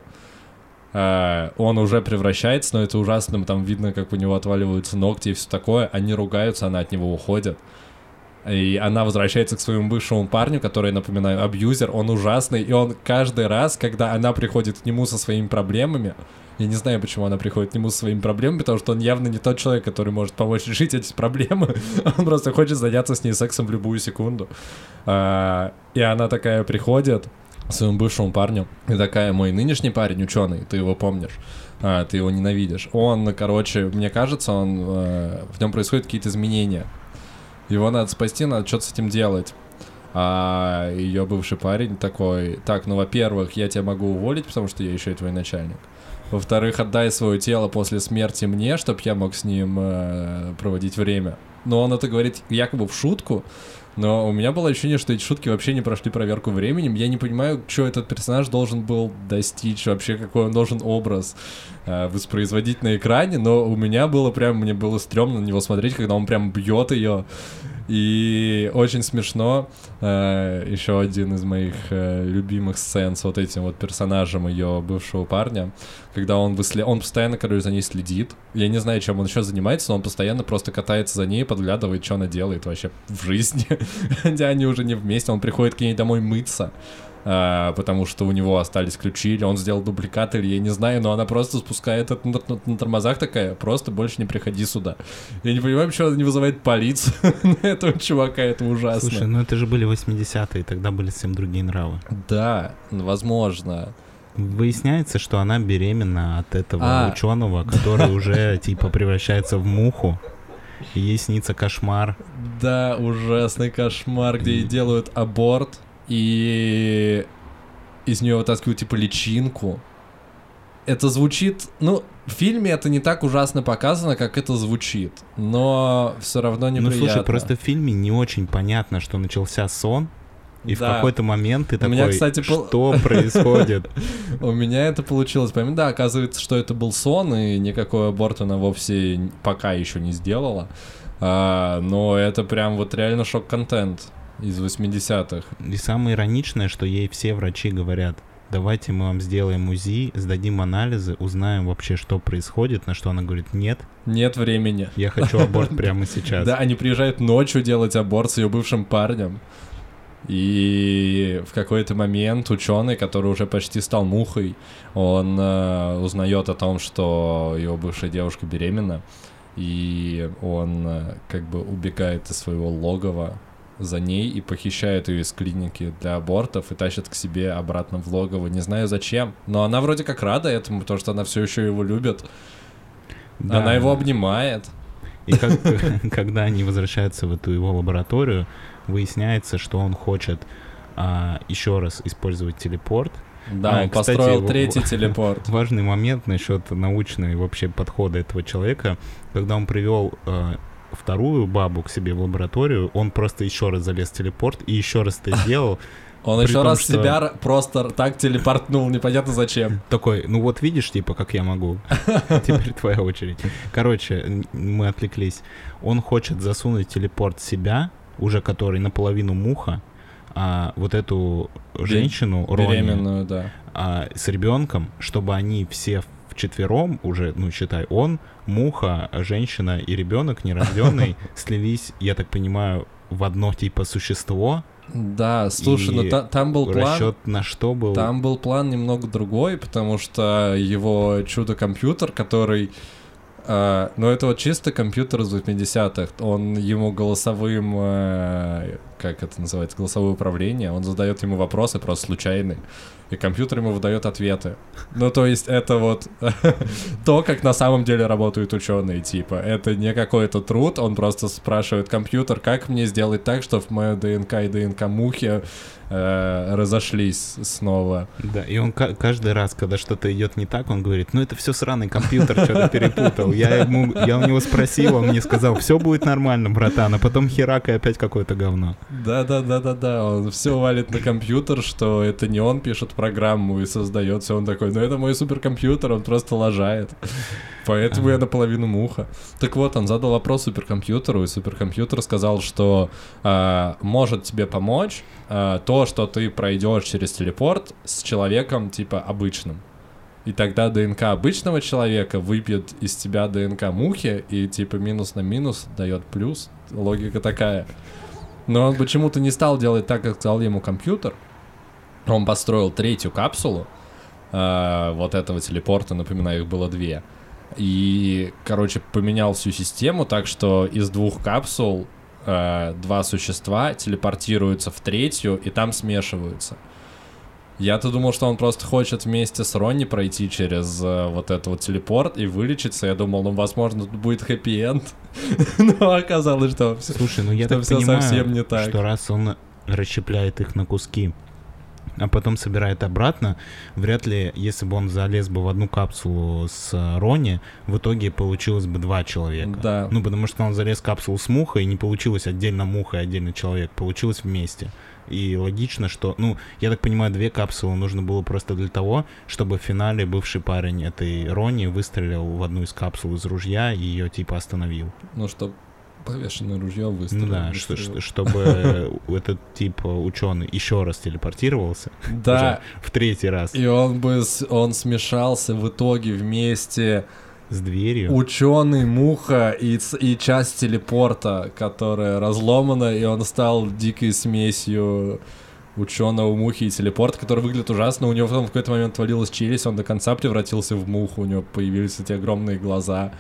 А, он уже превращается, но это ужасно, там видно, как у него отваливаются ногти и все такое, они ругаются, она от него уходит. И она возвращается к своему бывшему парню, который, напоминаю, абьюзер, он ужасный, и он каждый раз, когда она приходит к нему со своими проблемами, я не знаю, почему она приходит к нему со своими проблемами, потому что он явно не тот человек, который может помочь решить эти проблемы, он просто хочет заняться с ней сексом в любую секунду. А, и она такая приходит к своему бывшему парню, и такая, мой нынешний парень, ученый, ты его помнишь, а, ты его ненавидишь. Он, короче, мне кажется, он, а, в нем происходят какие-то изменения. Его надо спасти, надо что-то с этим делать. А ее бывший парень такой, так, ну, во-первых, я тебя могу уволить, потому что я еще и твой начальник. Во-вторых, отдай свое тело после смерти мне, чтобы я мог с ним э, проводить время. Но он это говорит якобы в шутку, но у меня было ощущение, что эти шутки вообще не прошли проверку временем. Я не понимаю, что этот персонаж должен был достичь, вообще какой он должен образ э, воспроизводить на экране, но у меня было прям, мне было стрёмно на него смотреть, когда он прям бьет ее. И очень смешно, э, еще один из моих э, любимых сцен с вот этим вот персонажем ее бывшего парня, когда он выслед... он постоянно, короче, за ней следит. Я не знаю, чем он еще занимается, но он постоянно просто катается за ней, подглядывает, что она делает вообще в жизни. Хотя они уже не вместе, он приходит к ней домой мыться, э, потому что у него остались ключи, или он сделал дубликат, или я не знаю, но она просто спускает это на, на, на тормозах такая, просто больше не приходи сюда. Я не понимаю, почему она не вызывает полицию на этого чувака, это ужасно. Слушай, ну это же были восьмидесятые, тогда были совсем другие нравы. Да, возможно. Выясняется, что она беременна от этого А. ученого, который уже типа превращается в муху. И ей снится кошмар. Да, ужасный кошмар, где ей делают аборт, и из нее вытаскивают типа личинку. Это звучит, ну, в фильме это не так ужасно показано, как это звучит, но все равно неприятно. Ну слушай, просто в фильме не очень понятно, что начался сон, и Да. в какой-то момент ты У такой, меня, кстати, пол- что происходит? У меня это получилось. Помимо, да, оказывается, что это был сон, и никакой аборт она вовсе пока еще не сделала. А, но это прям вот реально шок-контент из восьмидесятых. И самое ироничное, что ей все врачи говорят, давайте мы вам сделаем УЗИ, сдадим анализы, узнаем вообще, что происходит, на что она говорит, нет, Нет времени. я хочу аборт прямо сейчас. Да, они приезжают ночью делать аборт с ее бывшим парнем. И в какой-то момент ученый, который уже почти стал мухой, он э, узнает о том, что его бывшая девушка беременна, и он э, как бы убегает из своего логова за ней и похищает ее из клиники для абортов и тащит к себе обратно в логово. Не знаю зачем, но она вроде как рада этому, потому что она все еще его любит. Да. Она его обнимает. И как, когда они возвращаются в эту его лабораторию, выясняется, что он хочет а, еще раз использовать телепорт. Да, а, он кстати, построил в- третий телепорт. Важный момент насчет научной вообще подхода этого человека. Когда он привел э, вторую бабу к себе в лабораторию, он просто еще раз залез в телепорт и еще раз это сделал. Он При еще том, раз что- себя р- просто так телепортнул, непонятно зачем. Такой, ну вот видишь, типа, как я могу. Теперь твоя очередь. Короче, н- мы отвлеклись. Он хочет засунуть телепорт себя, уже который наполовину муха, а вот эту женщину, Рони, Беременную, да. а, с ребенком, чтобы они все вчетвером уже, ну, считай, он, муха, женщина и ребенок нерожденный слились, я так понимаю, в одно типа существо. Да, слушай, И ну та- там был план... Расчет на что был? Там был план немного другой, потому что его чудо-компьютер, который... э, ну, это вот чисто компьютер из восьмидесятых. Он ему голосовым... э, как это называется? Голосовое управление. Он задает ему вопросы просто случайные. И компьютер ему выдает ответы. Ну, то есть это вот то, как на самом деле работают ученые, типа. Это не какой-то труд, он просто спрашивает компьютер, как мне сделать так, чтобы мое ДНК и ДНК мухи э, разошлись снова. Да, и он ка- каждый раз, когда что-то идет не так, он говорит, ну это все сраный компьютер, что-то перепутал. Я, ему, я у него спросил, он мне сказал, все будет нормально, братан, а потом херак и опять какое-то говно. Да-да-да-да-да, он все валит на компьютер, что это не он пишет программу и создает все, он такой, ну это мой суперкомпьютер, он просто лажает. Поэтому я наполовину муха. Так вот, он задал вопрос суперкомпьютеру, и суперкомпьютер сказал, что э, может тебе помочь э, то, что ты пройдешь через телепорт с человеком, типа, обычным. И тогда ДНК обычного человека выпьет из тебя ДНК мухи, и типа минус на минус дает плюс. Логика такая. Но он почему-то не стал делать так, как сказал ему компьютер. Он построил третью капсулу э, вот этого телепорта, напоминаю, их было две. И, короче, поменял всю систему так, что из двух капсул э, два существа телепортируются в третью и там смешиваются. Я-то думал, что он просто хочет вместе с Ронни пройти через э, вот этот вот телепорт и вылечиться. Я думал, ну, возможно, тут будет хэппи-энд. Но оказалось, что все, Слушай, ну я что так всё понимаю, совсем не так. что раз он расщепляет их на куски, а потом собирает обратно, вряд ли, если бы он залез бы в одну капсулу с Ронни, в итоге получилось бы два человека. Да. Ну, потому что он залез в капсулу с мухой, и не получилось отдельно муха и отдельно человек, получилось вместе. И логично, что, ну, я так понимаю, две капсулы нужно было просто для того, чтобы в финале бывший парень этой Ронни выстрелил в одну из капсул из ружья и ее типа остановил. Ну, что повешенное ружье выстрелило. Ну да, что, что- чтобы этот тип ученый еще раз телепортировался. Да, Уже в третий раз и он бы, с- он смешался в итоге вместе с дверью. ученый, муха и, ц- и часть телепорта, которая разломана, и он стал дикой смесью ученого, мухи и телепорта, который выглядит ужасно. У него потом в какой-то момент отвалилась челюсть, он до конца превратился в муху, у него появились эти огромные глаза.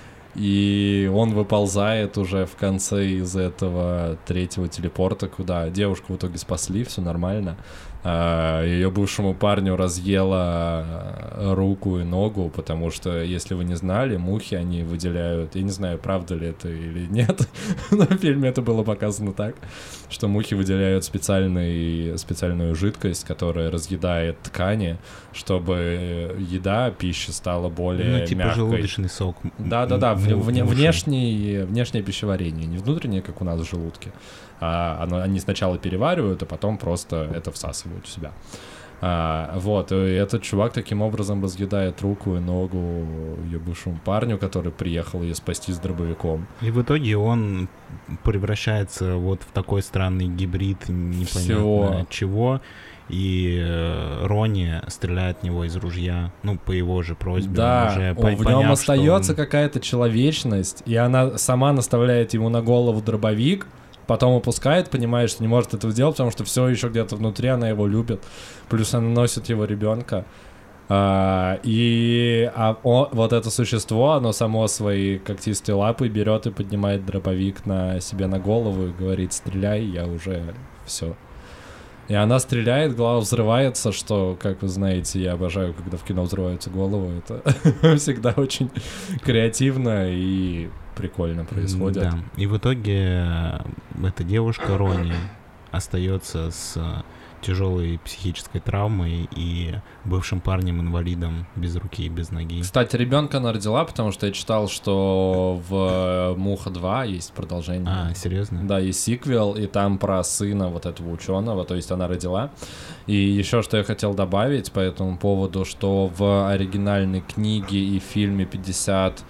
И он выползает уже в конце из этого третьего телепорта, куда девушку в итоге спасли, все нормально. Ее бывшему парню разъела руку и ногу, потому что, если вы не знали, мухи, они выделяют, я не знаю, правда ли это или нет, но в фильме это было показано так, что мухи выделяют специальный, специальную жидкость, которая разъедает ткани, чтобы еда, пища стала более Ну, типа мягкой. желудочный сок. м- Да-да-да, м- вне- м- вне- муши. внешний, внешнее пищеварение, не внутреннее, как у нас в желудке. А оно, они сначала переваривают, а потом просто это всасывают в себя. А, вот, и этот чувак таким образом разъедает руку и ногу ее бывшему парню, который приехал ее спасти с дробовиком. И в итоге он превращается вот в такой странный гибрид непонятно Всего. чего. И э, Ронни стреляет в него из ружья, ну, по его же просьбе. он Да, уже о, по- в нем поняв, что остается он- какая-то человечность, и она сама наставляет ему на голову дробовик, потом опускает, понимает, что не может этого сделать, потому что все еще где-то внутри она его любит. Плюс она носит его ребенка. А, и а о- вот это существо, оно само свои когтистые лапы берет и поднимает дробовик на себе на голову и говорит: стреляй, я уже все. И она стреляет, голова взрывается, что, как вы знаете, я обожаю, когда в кино взрываются головы. Это всегда очень креативно и прикольно происходит. Да. И в итоге э, эта девушка Ронни остается с э, тяжелой психической травмой и бывшим парнем-инвалидом без руки и без ноги. Кстати, ребенка она родила, потому что я читал, что в «Муха два» есть продолжение. А, серьезно? Да, есть сиквел, и там про сына вот этого ученого, то есть она родила. И еще что я хотел добавить по этому поводу, что в оригинальной книге и фильме пятьдесят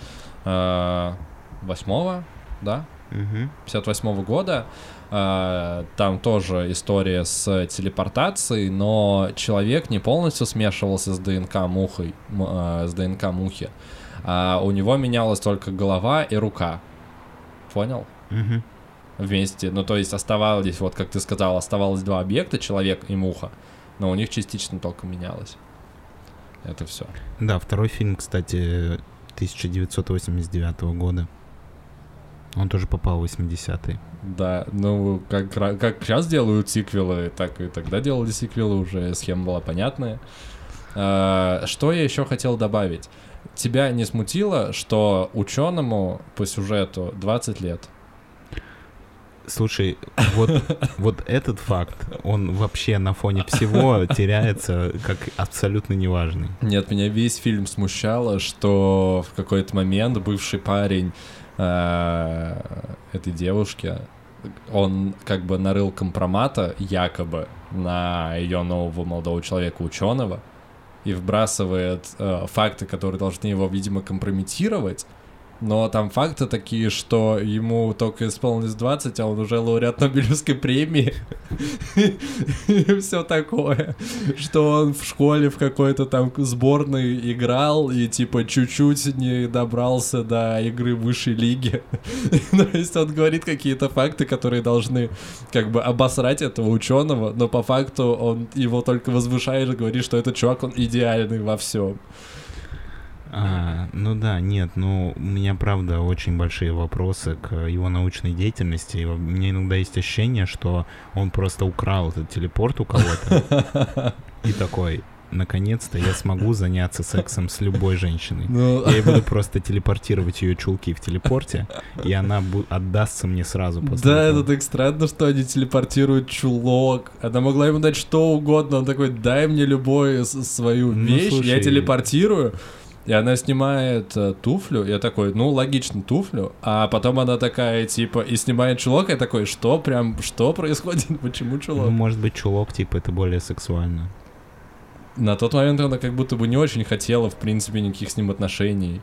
восьмого, да? Угу. пятьдесят восьмого года, э, там тоже история с телепортацией, но человек не полностью смешивался с ДНК мухой, м, э, с ДНК мухи, а у него менялась только голова и рука. Понял? Угу. Вместе. Ну, то есть оставались, вот как ты сказал, оставалось два объекта, человек и муха, но у них частично только менялось. Это все. Да, второй фильм, кстати, тысяча девятьсот восемьдесят девятого года. Он тоже попал в восьмидесятые. Да, ну, как, как сейчас делают сиквелы, так и тогда делали сиквелы, уже схема была понятная. А, что я еще хотел добавить? Тебя не смутило, что ученому по сюжету двадцать лет? Слушай, вот, вот этот факт, он вообще на фоне всего теряется как абсолютно неважный. Нет, меня весь фильм смущало, что в какой-то момент бывший парень э, этой девушки, он как бы нарыл компромата якобы на ее нового молодого человека-ученого и вбрасывает э, факты, которые должны его, видимо, компрометировать. Но там факты такие, что ему только исполнилось двадцать, а он уже лауреат Нобелевской премии. И все такое. Что он в школе в какой-то там сборной играл и типа чуть-чуть не добрался до игры высшей лиги. То есть он говорит какие-то факты, которые должны как бы обосрать этого ученого, но по факту он его только возвышает и говорит, что этот чувак, он идеальный во всем. А, ну да, нет, ну у меня правда очень большие вопросы к его научной деятельности. И у меня иногда есть ощущение, что он просто украл этот телепорт у кого-то и такой: наконец-то я смогу заняться сексом с любой женщиной. Ну... Я ей буду просто телепортировать ее чулки в телепорте, и она бу- отдастся мне сразу после Да, этого. это так странно, что они телепортируют чулок. Она могла ему дать что угодно. Он такой: дай мне любую свою вещь, ну, слушай... я телепортирую. И она снимает э, туфлю, я такой, ну, логично, туфлю, а потом она такая, типа, и снимает чулок, я такой, что, прям, что происходит, почему чулок? Ну, может быть, чулок, типа, это более сексуально. На тот момент она как будто бы не очень хотела, в принципе, никаких с ним отношений,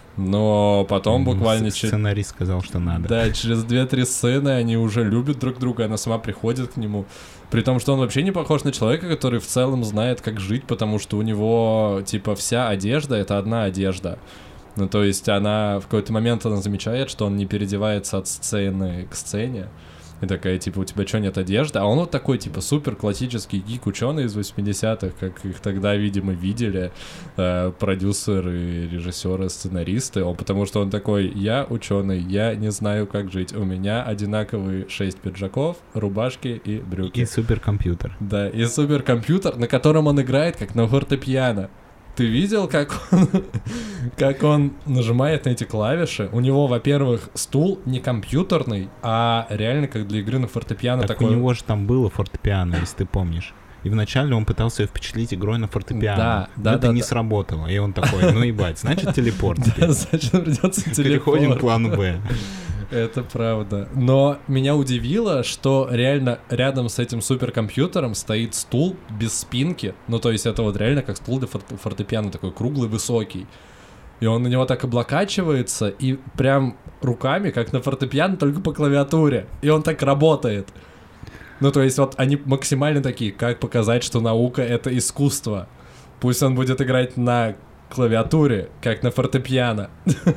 но потом ну, буквально... Сценарист чер... сказал, что надо. Да, через две-три сцены они уже любят друг друга, она сама приходит к нему. При том, что он вообще не похож на человека, который в целом знает, как жить, потому что у него, типа, вся одежда — это одна одежда. Ну, то есть она в какой-то момент она замечает, что он не переодевается от сцены к сцене. И такая, типа, у тебя что, нет одежды? А он вот такой, типа, супер классический гик-ученый из восьмидесятых, как их тогда, видимо, видели э, продюсеры, режиссеры, сценаристы. Он, потому что он такой: я ученый, я не знаю, как жить. У меня одинаковые шесть пиджаков, рубашки и брюки. И суперкомпьютер. Да, и суперкомпьютер, на котором он играет как на фортепиано. Ты видел, как он, как он нажимает на эти клавиши? У него, во-первых, стул не компьютерный, а реально как для игры на фортепиано. Так такой... у него же там было фортепиано, если ты помнишь. И вначале он пытался ее впечатлить игрой на фортепиано. Да, да, но это да, не да. сработало. И он такой: ну ебать, значит телепорт. Да, значит придется телепорт. Переходим к плану Б. Это правда. Но меня удивило, что реально рядом с этим суперкомпьютером стоит стул без спинки. Ну, то есть это вот реально как стул для форте- фортепиано, такой круглый, высокий. И он на него так облокачивается, и прям руками, как на фортепиано, только по клавиатуре. И он так работает. Ну, то есть вот они максимально такие: как показать, что наука — это искусство. Пусть он будет играть на клавиатуре, как на фортепиано.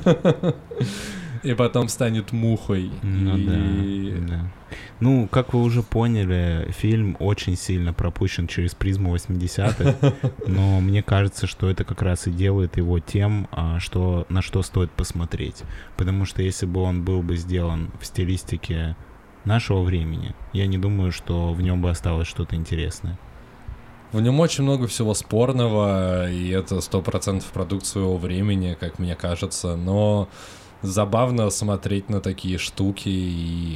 И потом станет мухой. Ну, и... да, да. Ну, как вы уже поняли, фильм очень сильно пропущен через призму восьмидесятых, но мне кажется, что это как раз и делает его тем, что, на что стоит посмотреть. Потому что если бы он был бы сделан в стилистике нашего времени, я не думаю, что в нем бы осталось что-то интересное. В нем очень много всего спорного, и это сто процентов продукт своего времени, как мне кажется, но забавно смотреть на такие штуки, и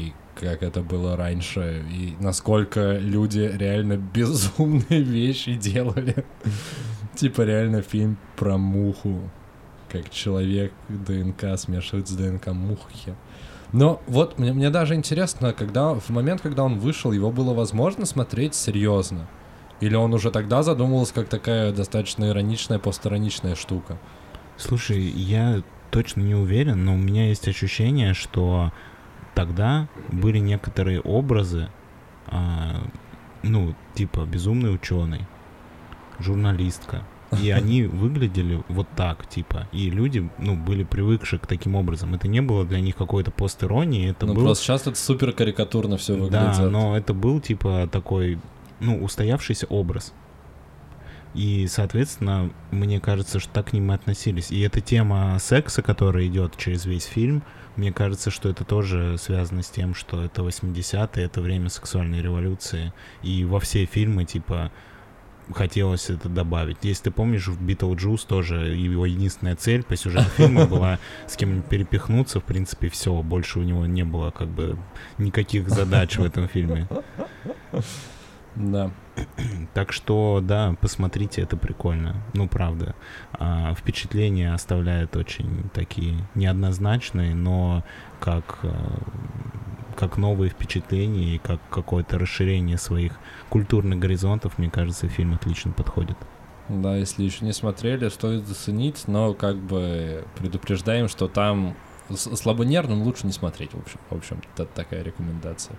как это было раньше, и насколько люди реально безумные вещи делали. Типа реально фильм про муху, как человек ДНК смешивает с ДНК мухи. Но вот мне, мне даже интересно, когда в момент, когда он вышел, его было возможно смотреть серьезно? Или он уже тогда задумывался как такая достаточно ироничная, постироничная штука? Слушай, я точно не уверен, но у меня есть ощущение, что тогда были некоторые образы, а, ну, типа безумный ученый, журналистка, и они выглядели вот так, типа, и люди, ну, были привыкшие к таким образом. Это не было для них какой-то пост-иронии, это ну, был... просто сейчас это супер карикатурно все выглядит. Да, но это был, типа, такой, ну, устоявшийся образ. И, соответственно, мне кажется, что так к ним и относились. И эта тема секса, которая идет через весь фильм, мне кажется, что это тоже связано с тем, что это восьмидесятые, это время сексуальной революции. И во все фильмы, типа, хотелось это добавить. Если ты помнишь, в «Битлджус» тоже его единственная цель по сюжету фильма была с кем-нибудь перепихнуться, в принципе, все. Больше у него не было, как бы, никаких задач в этом фильме. Да. Так что, да, посмотрите, это прикольно. Ну, правда. А, впечатления оставляют очень такие неоднозначные, но как, как новые впечатления и как какое-то расширение своих культурных горизонтов, мне кажется, фильм отлично подходит. Да, если еще не смотрели, стоит заценить, но как бы предупреждаем, что там слабонервным лучше не смотреть, в общем. В общем, это такая рекомендация.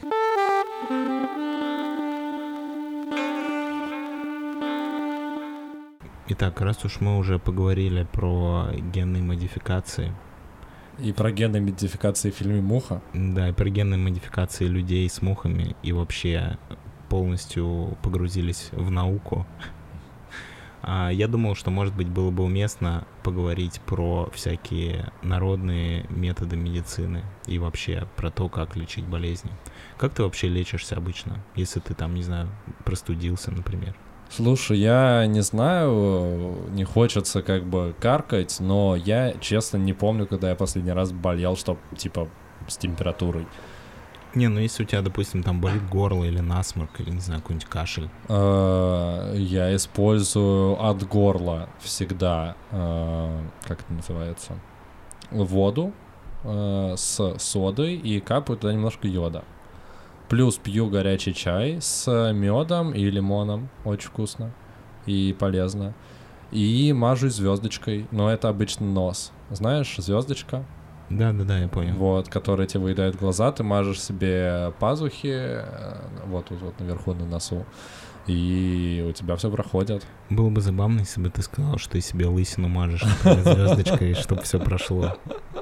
Итак, раз уж мы уже поговорили про генные модификации. И про генные модификации в фильме «Муха». Да, и про генные модификации людей с мухами, и вообще полностью погрузились в науку. А я думал, что, может быть, было бы уместно поговорить про всякие народные методы медицины и вообще про то, как лечить болезни. Как ты вообще лечишься обычно, если ты там, не знаю, простудился, например? Слушай, я не знаю, не хочется как бы каркать, но я, честно, не помню, когда я последний раз болел, чтоб, типа, с температурой. Не, ну если у тебя, допустим, там болит горло или насморк, или, не знаю, какой-нибудь кашель. Я использую от горла всегда, как это называется, воду с содой и капаю туда немножко йода. Плюс пью горячий чай с медом и лимоном. Очень вкусно и полезно. И мажусь звездочкой, но это обычно нос. Знаешь, звездочка? Да-да-да, я понял. Вот, которая тебе выедает глаза, ты мажешь себе пазухи, вот тут вот наверху на носу, и у тебя все проходит. Было бы забавно, если бы ты сказал, что ты себе лысину мажешь звездочкой, чтобы все прошло.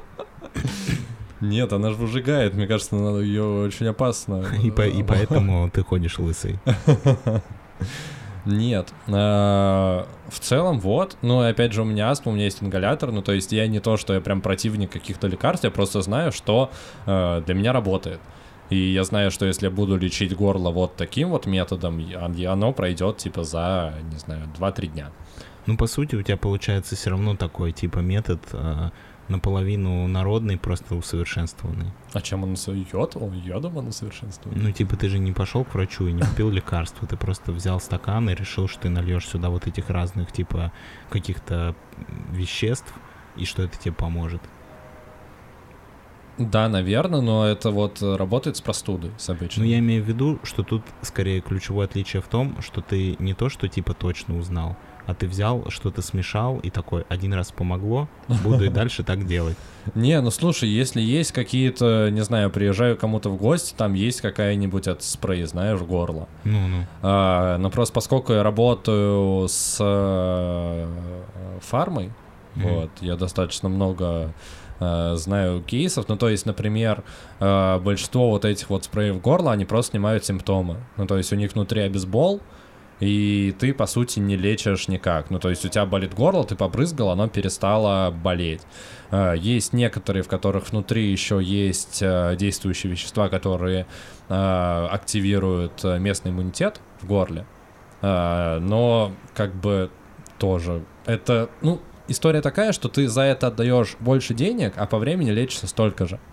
Нет, она же выжигает, мне кажется, ее очень опасно. И, по, и поэтому ты ходишь лысый. Нет. В целом, вот. Ну, опять же, у меня астма, у меня есть ингалятор. Ну, то есть я не то, что я прям противник каких-то лекарств, я просто знаю, что для меня работает. И я знаю, что если я буду лечить горло вот таким вот методом, оно пройдет, типа, за, не знаю, два-три дня. Ну, по сути, у тебя получается все равно такой, типа, метод... наполовину народный, просто усовершенствованный. А чем он йод? Он йодом он усовершенствованный? Ну, типа, ты же не пошел к врачу и не купил лекарства, ты просто взял стакан и решил, что ты нальешь сюда вот этих разных, типа, каких-то веществ, и что это тебе поможет. Да, наверное, но это вот работает с простудой, с обычной. Ну, я имею в виду, что тут, скорее, ключевое отличие в том, что ты не то, что, типа, точно узнал, а ты взял, что-то смешал и такой, один раз помогло, буду и дальше так делать. Не, ну слушай, если есть какие-то, не знаю, приезжаю к кому-то в гости, там есть какая-нибудь от спрей, знаешь, горло. Ну-ну. А, но просто поскольку я работаю с а, фармой, mm-hmm. вот, я достаточно много а, знаю кейсов, ну то есть, например, а, большинство вот этих вот спреев горла, они просто снимают симптомы. Ну то есть у них внутри обезбол, и ты, по сути, не лечишь никак. Ну, то есть у тебя болит горло, ты побрызгал, оно перестало болеть. Есть некоторые, в которых внутри еще есть действующие вещества, которые активируют местный иммунитет в горле. Но, как бы, тоже это, ну, история такая, что ты за это отдаешь больше денег, а по времени лечишься столько же.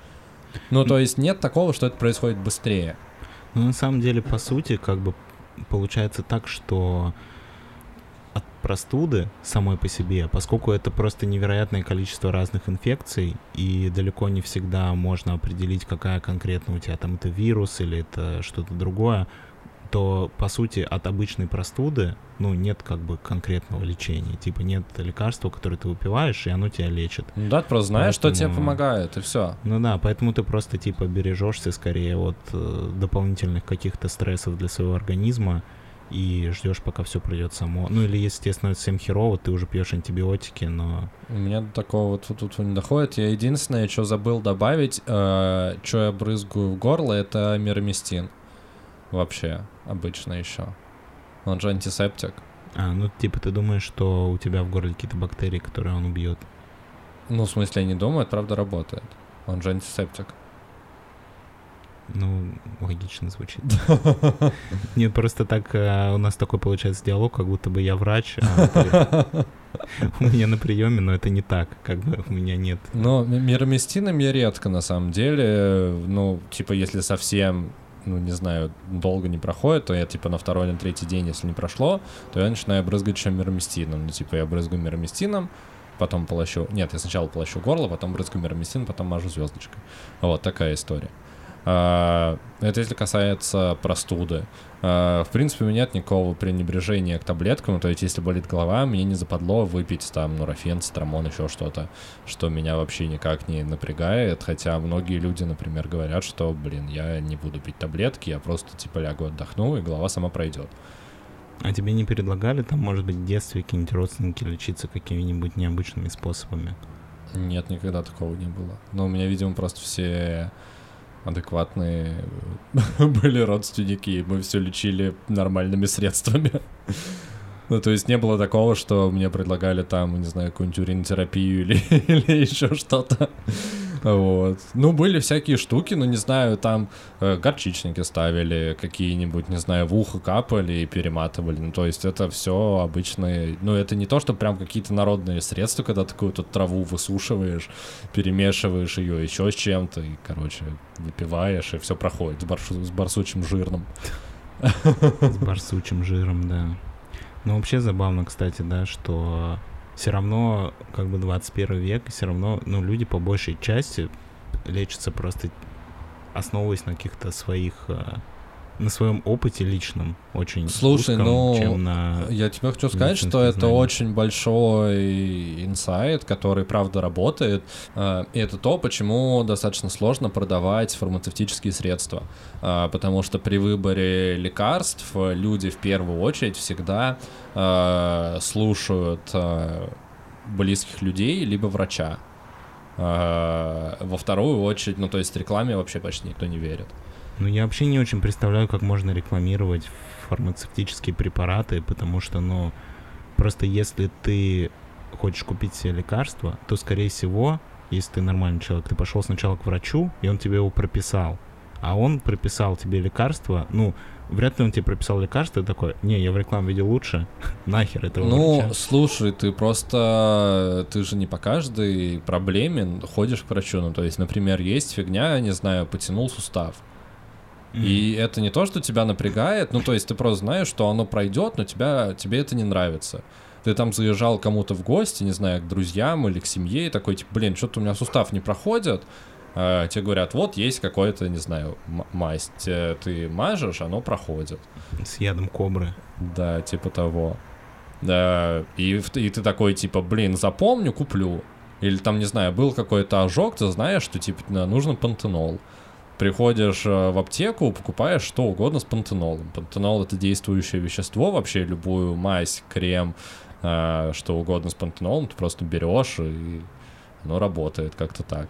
Ну, то есть нет такого, что это происходит быстрее. Ну, на самом деле, по сути, как бы получается так, что от простуды самой по себе, поскольку это просто невероятное количество разных инфекций, и далеко не всегда можно определить, какая конкретно у тебя там это вирус или это что-то другое, то, по сути, от обычной простуды, ну, нет как бы конкретного лечения. Типа нет лекарства, которое ты выпиваешь, и оно тебя лечит. Ну да, ты просто знаешь, Поэтому... что тебе помогает, и все. Ну да, поэтому ты просто, типа, бережешься скорее от э, дополнительных каких-то стрессов для своего организма и ждешь, пока все пройдет само. Ну или, естественно, совсем херово, ты уже пьешь антибиотики, но... У меня до такого вот тут, тут не доходит. Я единственное, что забыл добавить, э, что я брызгаю в горло, это мироместин. Вообще, обычно еще. Он же антисептик. А, ну типа ты думаешь, что у тебя в горле какие-то бактерии, которые он убьет? Ну, в смысле, я не думаю, это правда работает. Он же антисептик. Ну, логично звучит. Нет, просто так у нас такой получается диалог, как будто бы я врач, а у меня на приеме, но это не так, как бы у меня нет. Ну, мироместином я редко, на самом деле. Ну, типа, если совсем... ну, не знаю, долго не проходит, то я, типа, на второй, на третий день, если не прошло, то я начинаю брызгать еще мироместином. Ну, типа, я брызгаю мироместином, потом полощу... Нет, я сначала полощу горло, потом брызгаю мироместин, потом мажу звездочкой. Вот такая история. А, это если касается простуды. А, в принципе, у меня нет никакого пренебрежения к таблеткам, то есть, если болит голова, мне не западло выпить там нурофен, цитрамон, еще что-то, что меня вообще никак не напрягает, хотя многие люди, например, говорят, что, блин, я не буду пить таблетки, я просто, типа, лягу, отдохну, и голова сама пройдет. А тебе не предлагали там, может быть, в детстве какие-нибудь родственники лечиться какими-нибудь необычными способами? Нет, никогда такого не было. Но у меня, видимо, просто все... адекватные были родственники, и мы все лечили нормальными средствами. Ну, то есть не было такого, что мне предлагали там, не знаю, какую-нибудь уринотерапию или, или еще что-то. Вот. Ну, были всякие штуки, ну, не знаю, там э, горчичники ставили какие-нибудь, не знаю, в ухо капали и перематывали. Ну, то есть это все обычные... Ну, это не то, что прям какие-то народные средства, когда такую тут траву высушиваешь, перемешиваешь ее еще с чем-то, и, короче, выпиваешь, и все проходит с, баршу... с барсучим жиром. С барсучим жиром, да. Ну, вообще забавно, кстати, да, что все равно, как бы, двадцать первый век, все равно, ну, люди по большей части лечатся просто основываясь на каких-то своих, на своем опыте личном, очень Слушай, узком, ну, чем на... я тебе хочу сказать, что это знаний. очень большой инсайт, который, правда, работает, и это то, почему достаточно сложно продавать фармацевтические средства, потому что при выборе лекарств люди в первую очередь всегда слушают близких людей либо врача. Во вторую очередь, ну, то есть рекламе вообще почти никто не верит. Ну, я вообще не очень представляю, как можно рекламировать фармацевтические препараты, потому что, ну, просто если ты хочешь купить себе лекарство, то, скорее всего, если ты нормальный человек, ты пошел сначала к врачу, и он тебе его прописал, а он прописал тебе лекарство, ну, вряд ли он тебе прописал лекарство, и такой, не, я в рекламе видел лучше, нахер этого Ну, врача. слушай, ты просто, ты же не по каждой проблеме ходишь к врачу, ну, то есть, например, есть фигня, не знаю, потянул сустав, и это не то, что тебя напрягает, ну, то есть ты просто знаешь, что оно пройдет, но тебя, тебе это не нравится. Ты там заезжал кому-то в гости, не знаю, к друзьям или к семье, и такой, типа, блин, что-то у меня сустав не проходит. А, тебе говорят, вот есть какое-то, не знаю, м- масть, ты мажешь, оно проходит. С ядом кобры. Да, типа того. Да, и, и ты такой, типа, блин, запомню, куплю. Или там, не знаю, был какой-то ожог, ты знаешь, что, типа, нужен пантенол. Приходишь в аптеку, покупаешь что угодно с пантенолом. Пантенол — это действующее вещество, вообще любую мазь, крем, э, что угодно с пантенолом ты просто берешь, и оно работает как-то так.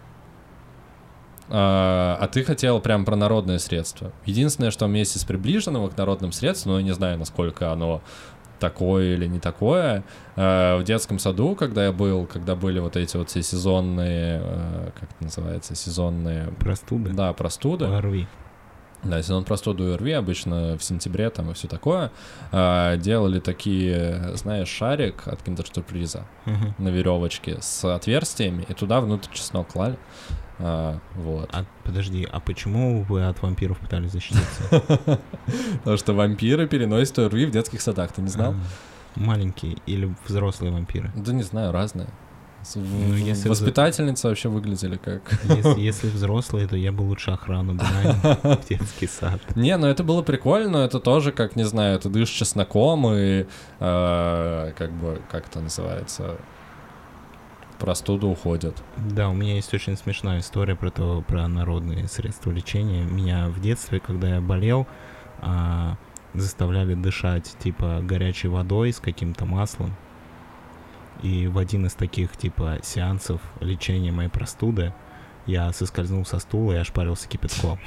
А, а ты хотел прям про народные средства. Единственное, что у меня есть из приближенного к народным средствам, но я не знаю, насколько оно такое или не такое. В детском саду, когда я был, когда были вот эти вот все сезонные, как это называется, сезонные... Простуды? Да, простуды. ОРВИ. Да, сезон простуды и ОРВИ обычно в сентябре там и все такое. Делали такие, знаешь, шарик от киндер-сюрприза uh-huh. на веревочке с отверстиями, и туда внутрь чеснок клали. А, вот. А, подожди, а почему вы от вампиров пытались защититься? Потому что вампиры переносят ОРВИ в детских садах, ты не знал? А, маленькие или взрослые вампиры? Да не знаю, разные. Ну, если Воспитательницы вообще выглядели как... Если, если взрослые, то я бы лучше охрану бы нанял в детский сад. Не, ну это было прикольно, но это тоже, как, не знаю, ты дышишь чесноком и э, как бы, как это называется, простуда уходит. Да, у меня есть очень смешная история про то, про народные средства лечения. Меня в детстве, когда я болел, а, заставляли дышать типа горячей водой с каким-то маслом. И в один из таких, типа, сеансов лечения моей простуды я соскользнул со стула и ошпарился кипятком.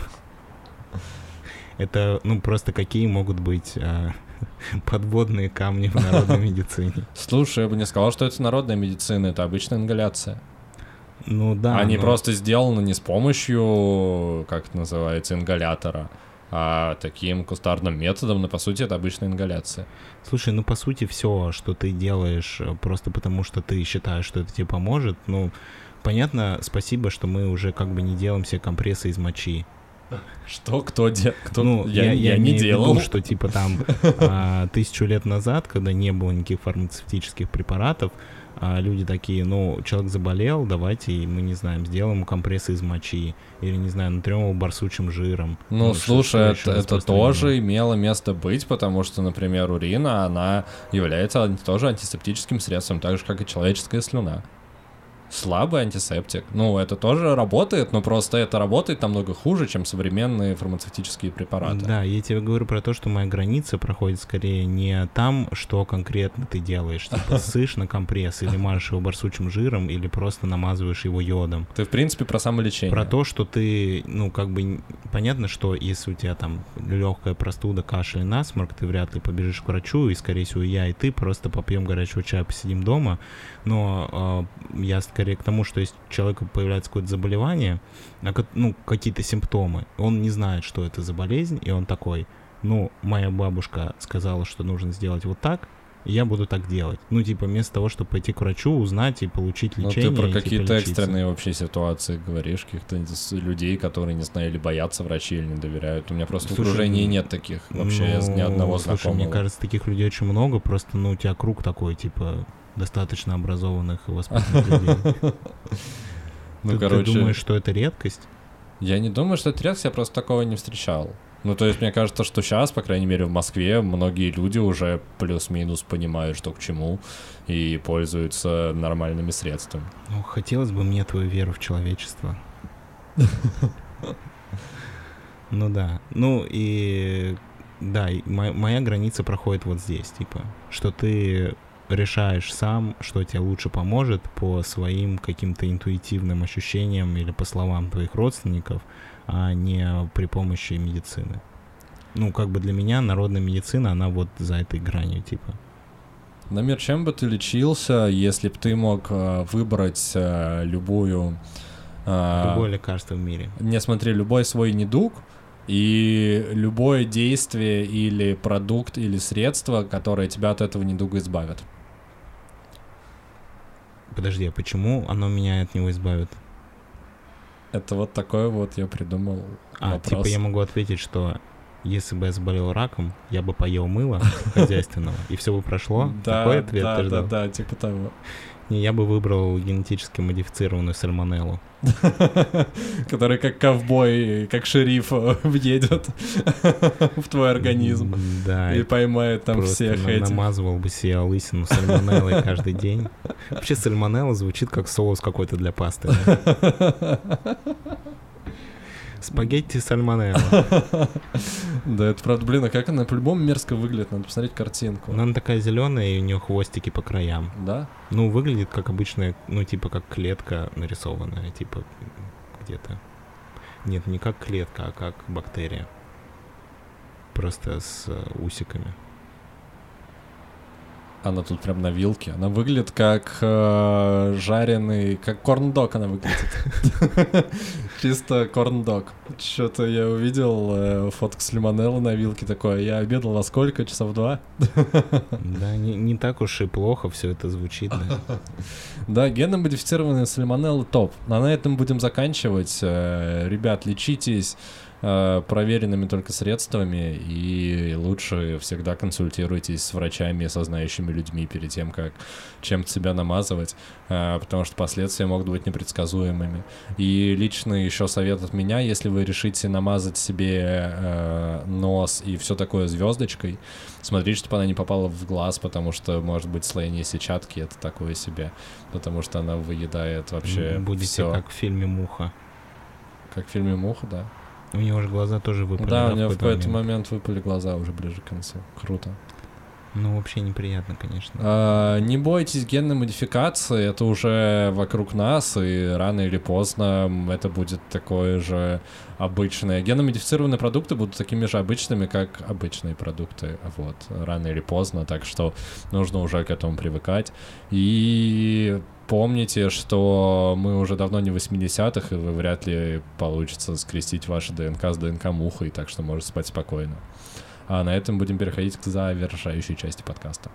Это, ну, просто какие могут быть а, подводные камни в народной медицине? Слушай, я бы не сказал, что это народная медицина, это обычная ингаляция. Ну да. Они но... просто сделаны не с помощью, как это называется, ингалятора, а таким кустарным методом, но по сути это обычная ингаляция. Слушай, ну по сути все, что ты делаешь просто потому, что ты считаешь, что это тебе поможет, ну понятно, спасибо, что мы уже как бы не делаем себе компрессы из мочи. Что? Кто делал? Кто? Ну, я, я, я, я не имею делал. в виду, что типа там а, тысячу лет назад, когда не было никаких фармацевтических препаратов, а люди такие, ну, человек заболел, давайте, мы не знаем, сделаем ему компрессы из мочи, или, не знаю, натрем его барсучим жиром. Ну, ну слушай, что, что это, это тоже имело место быть, потому что, например, урина, она является тоже антисептическим средством, так же, как и человеческая слюна. Слабый антисептик. Ну, это тоже работает, но просто это работает намного хуже, чем современные фармацевтические препараты. Да, я тебе говорю про то, что моя граница проходит скорее не там, что конкретно ты делаешь. Типа ссышь на компресс или мажешь его барсучим жиром, или просто намазываешь его йодом. Ты, в принципе, про самолечение. Про то, что ты, ну, как бы, понятно, что если у тебя там легкая простуда, кашель, насморк, ты вряд ли побежишь к врачу, и, скорее всего, я и ты просто попьем горячего чая, посидим дома. Но э, я скорее к тому, что если у человека появляется какое-то заболевание, ну, какие-то симптомы, он не знает, что это за болезнь, и он такой, ну, моя бабушка сказала, что нужно сделать вот так, и я буду так делать. Ну, типа, вместо того, чтобы пойти к врачу, узнать и получить лечение. Ну, ты про и, какие-то типа, экстренные вообще ситуации говоришь, каких-то людей, которые, не знаю, или боятся врачей, или не доверяют. У меня просто слушай, в окружении нет таких вообще ну, ни одного слушай, знакомого. Мне кажется, таких людей очень много, просто, ну, у тебя круг такой, типа, достаточно образованных и воспитанных людей. Ну, ты, короче... Ты думаешь, что это редкость? Я не думаю, что это редкость, я просто такого не встречал. Ну, то есть, мне кажется, что сейчас, по крайней мере, в Москве многие люди уже плюс-минус понимают, что к чему, и пользуются нормальными средствами. Ну, хотелось бы мне твою веру в человечество. Ну да. Ну и... Да, моя граница проходит вот здесь, типа, что ты решаешь сам, что тебе лучше поможет по своим каким-то интуитивным ощущениям или по словам твоих родственников, а не при помощи медицины. Ну, как бы для меня народная медицина, она вот за этой гранью, типа. Намир, чем бы ты лечился, если бы ты мог э, выбрать э, любую... Э, Любое лекарство в мире. Не, смотри, любой свой недуг и любое действие или продукт или средство, которое тебя от этого недуга избавит. Подожди, а почему оно меня от него избавит? Это вот такой вот я придумал а, вопрос. Типа я могу ответить, что если бы я заболел раком, я бы поел мыло хозяйственного, и все бы прошло? Да, Такой ответ да, ты ждал? да, да, типа того. Не, я бы выбрал генетически модифицированную сальмонеллу. Который как ковбой, как шериф въедет в твой организм. Да. И поймает там всех этих. Намазывал бы себе лысину сальмонеллой каждый день. Вообще сальмонелла звучит как соус какой-то для пасты. Спагетти сальмонелла. Да, это правда, блин, а как она по-любому мерзко выглядит? Надо посмотреть картинку. Она такая зеленая, и у нее хвостики по краям. Да? Ну, выглядит как обычная, ну, типа как клетка нарисованная, типа где-то. Нет, не как клетка, а как бактерия. Просто с усиками. Она тут прям на вилке. Она выглядит как э, жареный, как корн-дог она выглядит. Чисто корн-дог. Что-то я увидел э, фотку с лимонелло на вилке такое. Я обедал во сколько? Часов два? Да, не, не так уж и плохо все это звучит. Да, да, генно-модифицированные сальмонеллы топ. А на этом будем заканчивать. Ребят, лечитесь проверенными только средствами, и лучше всегда консультируйтесь с врачами, со знающими людьми перед тем, как чем-то себя намазывать, потому что последствия могут быть непредсказуемыми. И личный еще совет от меня: если вы решите намазать себе нос и все такое звездочкой, смотрите, чтобы она не попала в глаз, потому что может быть слоение сетчатки, это такое себе, потому что она выедает вообще Будете все. как в фильме «Муха». Как в фильме «Муха», да. У него же глаза тоже выпали. Да, да, у него в какой-то какой-то момент. момент выпали глаза уже ближе к концу. Круто. Ну, вообще неприятно, конечно. А, не бойтесь генной модификации, это уже вокруг нас, и рано или поздно это будет такое же обычное. Генно-модифицированные продукты будут такими же обычными, как обычные продукты, вот, рано или поздно, так что нужно уже к этому привыкать. И помните, что мы уже давно не в восьмидесятых, и вы вряд ли получится скрестить ваши ДНК с ДНК мухой, так что можете спать спокойно. А на этом будем переходить к завершающей части подкаста.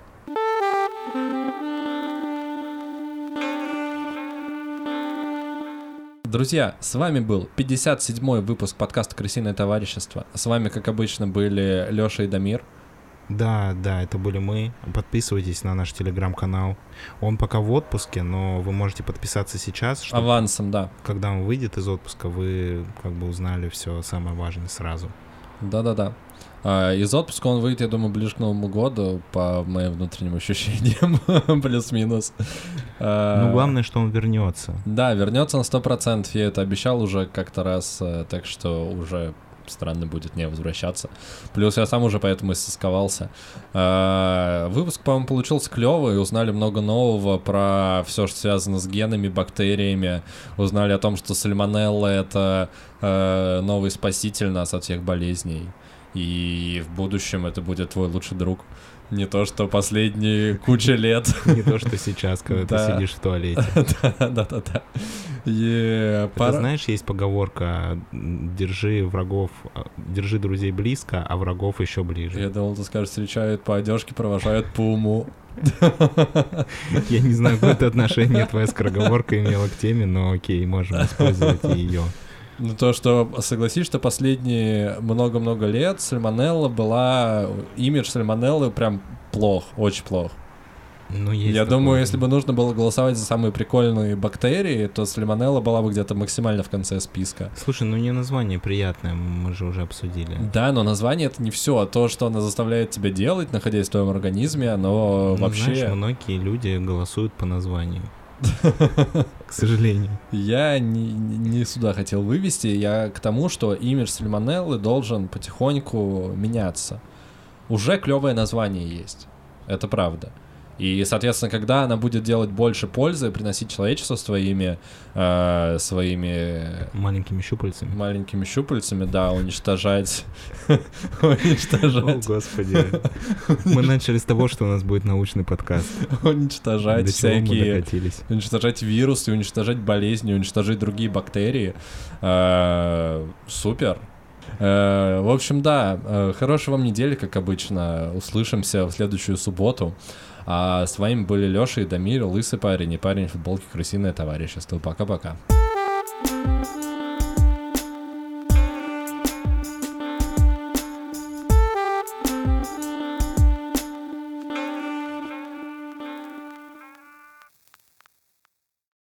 Друзья, с вами был пятьдесят седьмой выпуск подкаста «Крысиное товарищество». С вами, как обычно, были Лёша и Дамир. Да, да, это были мы. Подписывайтесь на наш телеграм-канал. Он пока в отпуске, но вы можете подписаться сейчас, чтобы, Авансом, да. когда он выйдет из отпуска, вы как бы узнали все самое важное сразу. Да-да-да. А, из отпуска он выйдет, я думаю, ближе к Новому году, по моим внутренним ощущениям, плюс-минус. Ну, главное, что он вернется. Да, вернется на сто процентов, я это обещал уже как-то раз, так что уже странно будет не возвращаться. Плюс я сам уже поэтому и сосковался. Выпуск, по-моему, получился клевый, узнали много нового про все, что связано с генами, бактериями, узнали о том, что сальмонелла — это новый спаситель нас от всех болезней. И в будущем это будет твой лучший друг. Не то, что последние куча лет. Не то, что сейчас, когда ты сидишь в туалете. Да-да-да. Ты знаешь, есть поговорка: держи врагов, держи друзей близко, а врагов еще ближе. Я думал, ты скажешь, встречают по одежке, провожают по уму. Я не знаю, какое отношение твоя скороговорка имела к теме, но окей, можем использовать и ее. Ну, то, что, согласись, что последние много-много лет сальмонелла была... Имидж сальмонеллы прям плох, очень плох. Ну, есть Я такое. думаю, если бы нужно было голосовать за самые прикольные бактерии, то сальмонелла была бы где-то максимально в конце списка. Слушай, ну не название приятное, мы же уже обсудили. Да, но название — это не все, а то, что она заставляет тебя делать, находясь в твоем организме, оно Ну, вообще... знаешь, многие люди голосуют по названию. К сожалению. Я не, не сюда хотел вывести, я к тому, что имидж сальмонеллы должен потихоньку меняться. Уже клевое название есть, это правда. И, соответственно, когда она будет делать больше пользы, приносить человечеству своими, э, своими... Маленькими щупальцами. Маленькими щупальцами, да, уничтожать... Уничтожать... О, господи. Мы начали с того, что у нас будет научный подкаст. Уничтожать До чего мы всякие... докатились. Уничтожать вирусы, уничтожать болезни, уничтожать другие бактерии. Э, Супер. Э, В общем, да, э, хорошей вам недели, как обычно. Услышимся в следующую субботу. А с вами были Лёша и Дамир, лысый парень и парень в футболке «Крысиное товарищество». Пока-пока.